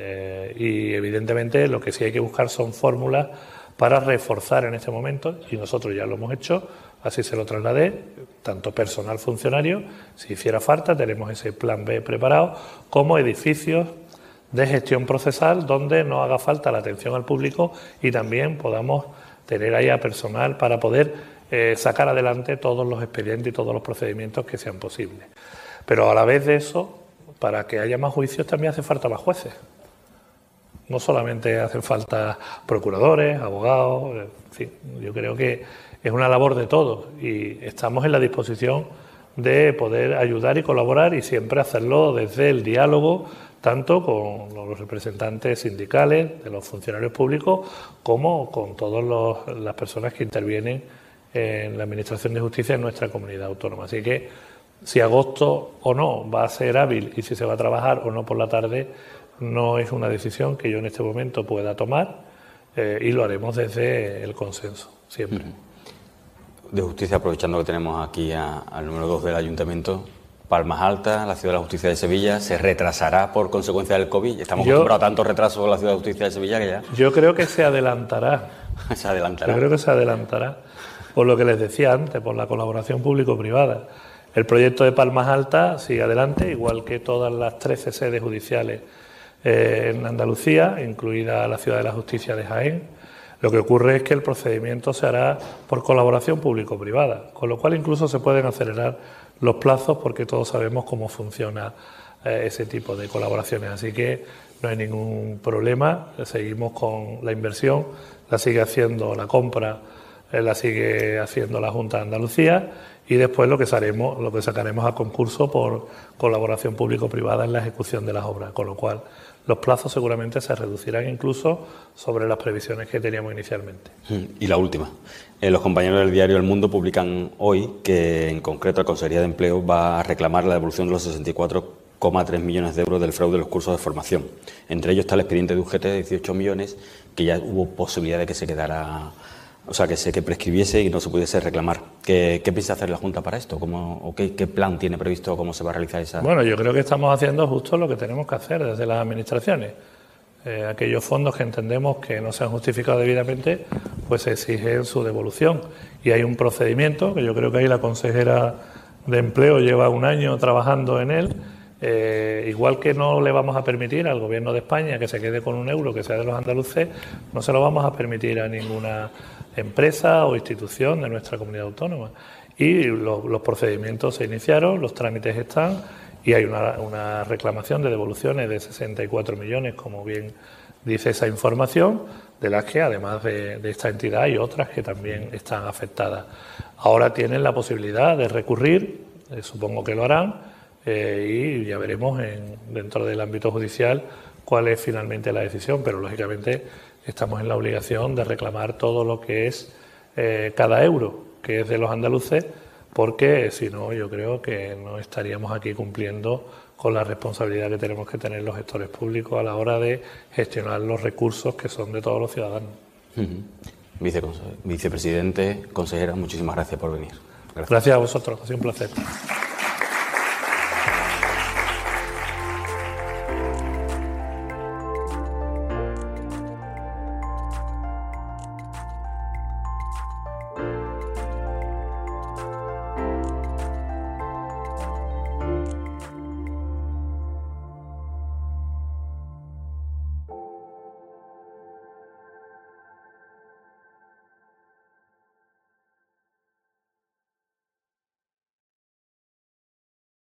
Y evidentemente lo que sí hay que buscar son fórmulas para reforzar en este momento, y nosotros ya lo hemos hecho, así se lo trasladé, tanto personal funcionario, si hiciera falta, tenemos ese plan B preparado, como edificios de gestión procesal donde no haga falta la atención al público y también podamos tener ahí a personal para poder sacar adelante todos los expedientes y todos los procedimientos que sean posibles. Pero a la vez de eso, para que haya más juicios también hace falta más jueces. No solamente hacen falta procuradores, abogados, en fin, yo creo que es una labor de todos y estamos en la disposición de poder ayudar y colaborar y siempre hacerlo desde el diálogo, tanto con los representantes sindicales de los funcionarios públicos como con todas las personas que intervienen en la Administración de Justicia en nuestra comunidad autónoma. Así que si agosto o no va a ser hábil y si se va a trabajar o no por la tarde, no es una decisión que yo en este momento pueda tomar y lo haremos desde el consenso, siempre. De Justicia, aprovechando que tenemos aquí al número 2 del Ayuntamiento, Palmas Altas, la Ciudad de la Justicia de Sevilla, ¿se retrasará por consecuencia del COVID? Estamos acostumbrados a tantos retrasos en la Ciudad de Justicia de Sevilla que ya... Yo creo que se adelantará. Se adelantará. Yo creo que se adelantará, por lo que les decía antes, por la colaboración público-privada. El proyecto de Palmas Altas sigue adelante, igual que todas las 13 sedes judiciales en Andalucía, incluida la Ciudad de la Justicia de Jaén. Lo que ocurre es que el procedimiento se hará por colaboración público-privada, con lo cual incluso se pueden acelerar los plazos porque todos sabemos cómo funciona ese tipo de colaboraciones. Así que no hay ningún problema, seguimos con la inversión, la sigue haciendo la compra, la sigue haciendo la Junta de Andalucía y después lo que sacaremos a concurso por colaboración público-privada en la ejecución de las obras, con lo cual los plazos seguramente se reducirán incluso sobre las previsiones que teníamos inicialmente. Y la última. Los compañeros del diario El Mundo publican hoy que en concreto la Consejería de Empleo va a reclamar la devolución de los 64,3 millones de euros del fraude de los cursos de formación. Entre ellos está el expediente de UGT de 18 millones, que ya hubo posibilidad de que se quedara, o sea, que prescribiese y no se pudiese reclamar. ¿Qué piensa hacer la Junta para esto? ¿Qué plan tiene previsto? ¿Cómo se va a realizar esa...? Bueno, yo creo que estamos haciendo justo lo que tenemos que hacer desde las administraciones. Aquellos fondos que entendemos que no se han justificado debidamente, pues se exigen su devolución. Y hay un procedimiento, que yo creo que ahí la consejera de Empleo lleva un año trabajando en él. Igual que no le vamos a permitir al Gobierno de España que se quede con un euro que sea de los andaluces, no se lo vamos a permitir a ninguna empresa o institución de nuestra comunidad autónoma. Y los procedimientos se iniciaron, los trámites están y hay una reclamación de devoluciones de 64 millones, como bien dice esa información, de las que además de esta entidad hay otras que también están afectadas. Ahora tienen la posibilidad de recurrir, supongo que lo harán, y ya veremos dentro del ámbito judicial cuál es finalmente la decisión, pero lógicamente estamos en la obligación de reclamar todo lo que es cada euro que es de los andaluces, porque si no yo creo que no estaríamos aquí cumpliendo con la responsabilidad que tenemos que tener los gestores públicos a la hora de gestionar los recursos que son de todos los ciudadanos. Vicepresidente, consejera, muchísimas gracias por venir. Gracias a vosotros, ha sido un placer.